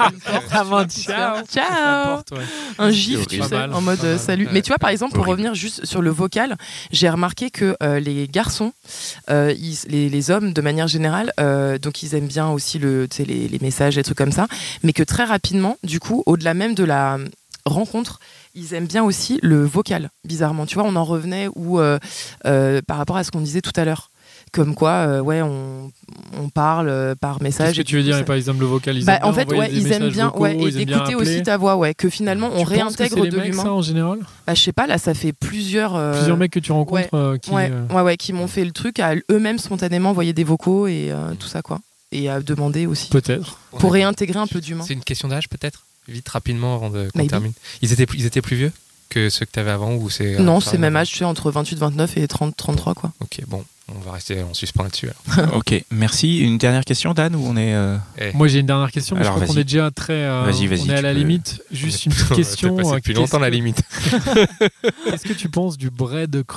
Ciao. Un gif, tu sais, en mode salut. Mais tu vois, par exemple, pour revenir juste sur le vocal, j'ai remarqué que les garçons, les hommes de manière générale, donc ils aiment bien aussi les messages, les trucs comme ça, mais que très rapidement, du coup, au-delà même de la rencontre, ils aiment bien aussi le vocal, bizarrement. Tu vois, on en revenait par rapport à ce qu'on disait tout à l'heure. Comme quoi, on parle par message. Qu'est-ce que tu veux dire, par exemple, le vocal, ils aiment bien en fait, ils aiment bien, et d'écouter aussi ta voix, que finalement on réintègre de l'humain. Ça en général. Je sais pas, là, ça fait plusieurs mecs que tu rencontres qui m'ont fait le truc à eux-mêmes spontanément envoyer des vocaux et tout ça, quoi, et à demander aussi. Peut-être. Pour réintégrer un peu d'humain. C'est une question d'âge, peut-être. Vite, rapidement, avant qu'on termine. Ils étaient plus vieux que ceux que tu avais avant ou c'est Non, c'est même âge, tu sais, entre 28, 29 et 30, 33, quoi. Ok, bon. On va rester en suspens là-dessus. Alors. Ok, merci. Une dernière question, Dan, ou on est Moi, j'ai une dernière question, mais alors, je crois qu'on est déjà très. Vas-y, on est à la limite. Juste une petite question. C'est depuis longtemps la limite. Qu'est-ce que tu penses du breadcrumbing ?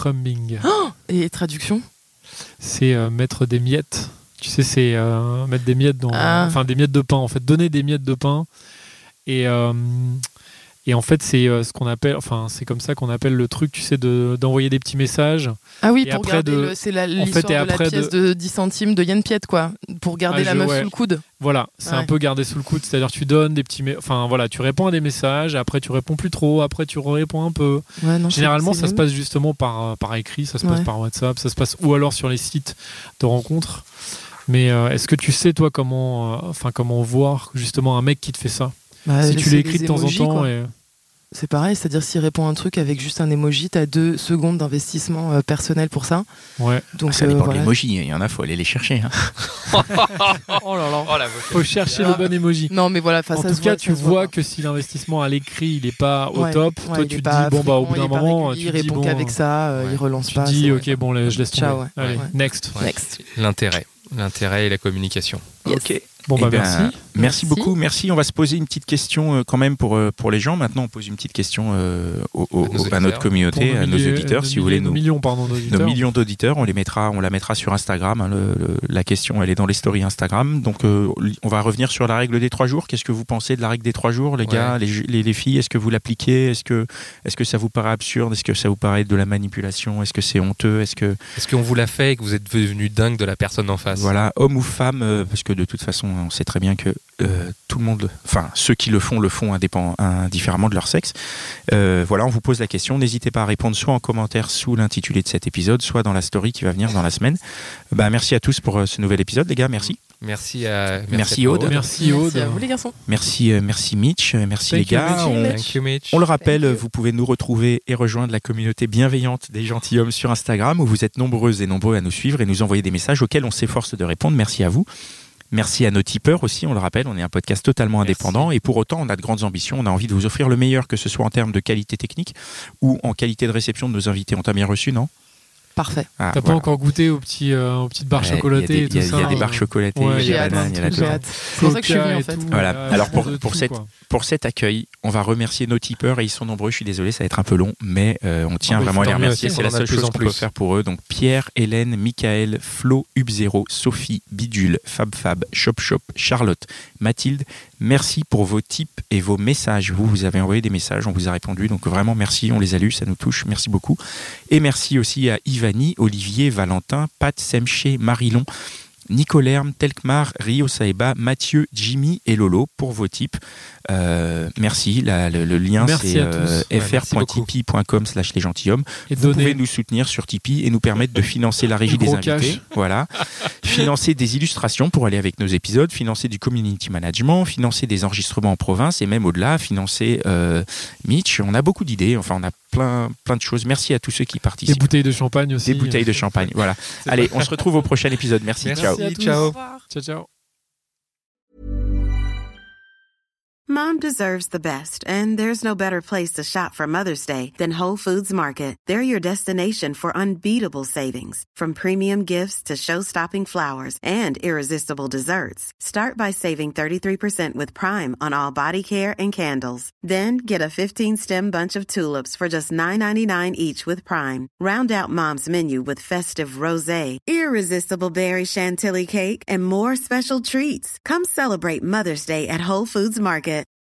Et traduction ? C'est mettre des miettes. Tu sais, c'est mettre des miettes enfin des miettes de pain. En fait, donner des miettes de pain et en fait, c'est ce qu'on appelle, enfin, c'est comme ça qu'on appelle le truc, tu sais, d'envoyer des petits messages. Ah oui, pour garder c'est l'histoire de la pièce de 10 centimes de Yen Piet, quoi, pour garder la meuf sous le coude. Voilà, c'est un peu garder sous le coude, c'est-à-dire tu donnes des petits, enfin voilà, tu réponds à des messages, après tu réponds plus trop, après tu réponds un peu. Ouais, non, généralement, ça se passe justement par écrit, ça se passe par WhatsApp, ça se passe ou alors sur les sites de rencontres. Mais est-ce que tu sais toi comment voir justement un mec qui te fait ça? Si tu l'écris de temps en temps. C'est pareil, c'est-à-dire s'il répond un truc avec juste un emoji, t'as 2 secondes d'investissement personnel pour ça. Ouais. Donc ça dépend de l'emoji, il y en a, faut aller les chercher. Hein. Oh là là. Faut chercher le bon emoji. Non mais voilà, en tout cas, tu vois que si l'investissement à l'écrit il est pas au top, toi tu te dis bon bah au bout d'un moment, il répond qu'avec ça, il relance pas. Tu dis ok bon, je laisse tomber. Ciao. Allez, next. L'intérêt et la communication. Yes. Ok. Bon merci. Merci beaucoup. Merci. On va se poser une petite question quand même pour les gens. Maintenant, on pose une petite question à notre communauté, à nos auditeurs, si vous voulez. Nos millions d'auditeurs. On la mettra sur Instagram. Hein, la question, elle est dans les stories Instagram. Donc, on va revenir sur la règle des 3 jours. Qu'est-ce que vous pensez de la règle des 3 jours, les gars, les filles? Est-ce que vous l'appliquez? Est-ce que ça vous paraît absurde? Est-ce que ça vous paraît de la manipulation? Est-ce que c'est honteux? Est-ce qu'on vous l'a fait et que vous êtes devenu dingue de la personne en face? Voilà, homme ou femme, parce que de toute façon, on sait très bien que tout le monde, enfin ceux qui le font indifféremment de leur sexe. Voilà, on vous pose la question. N'hésitez pas à répondre soit en commentaire sous l'intitulé de cet épisode, soit dans la story qui va venir dans la semaine. Merci à tous pour ce nouvel épisode, les gars. Merci. Merci Aude. Merci Aude. Merci à vous les garçons. Merci Mitch. Merci les gars. On le rappelle, vous pouvez nous retrouver et rejoindre la communauté bienveillante des gentilshommes sur Instagram où vous êtes nombreuses et nombreux à nous suivre et nous envoyer des messages auxquels on s'efforce de répondre. Merci à vous. Merci à nos tipeurs aussi, on le rappelle, on est un podcast totalement indépendant et pour autant on a de grandes ambitions, on a envie de vous offrir le meilleur, que ce soit en termes de qualité technique ou en qualité de réception de nos invités. On t'a bien reçu, non ? Parfait. T'as pas encore goûté aux petites barres chocolatées et tout ça. Il y a des barres chocolatées, il y a des bananes, il y a tout. C'est pour ça que je suis venu en fait. Voilà. Alors pour cet accueil, on va remercier nos tipeurs et ils sont nombreux. Je suis désolé, ça va être un peu long, mais on tient vraiment à les remercier. C'est la seule chose qu'on peut faire pour eux. Donc Pierre, Hélène, Michael, Flo, Hub0, Sophie, Bidule, Fab, Shop, Charlotte, Mathilde. Merci pour vos tips et vos messages. Vous avez envoyé des messages, on vous a répondu. Donc vraiment merci, on les a lus, ça nous touche. Merci beaucoup. Et merci aussi à Ivani, Olivier, Valentin, Pat, Semché, Marilon, Nicolerme, Telkmar, Rio Saeba, Mathieu, Jimmy et Lolo pour vos tips. Merci. Le lien, c'est fr.tipeee.com/lesgentilshommes. Vous pouvez nous soutenir sur Tipeee et nous permettre de financer la régie des invités. Voilà. Financer des illustrations pour aller avec nos épisodes, financer du community management, financer des enregistrements en province et même au-delà, financer Mitch. On a beaucoup d'idées. Enfin, on a plein de choses. Merci à tous ceux qui participent. Des bouteilles de champagne aussi. Des bouteilles de champagne. Voilà. Allez, on se retrouve au prochain épisode. Merci. Ciao. Ciao. Ciao. Mom deserves the best, and there's no better place to shop for Mother's Day than Whole Foods Market. They're your destination for unbeatable savings, from premium gifts to show-stopping flowers and irresistible desserts. Start by saving 33% with Prime on all body care and candles. Then get a 15-stem bunch of tulips for just $9.99 each with Prime. Round out Mom's menu with festive rosé, irresistible berry chantilly cake, and more special treats. Come celebrate Mother's Day at Whole Foods Market.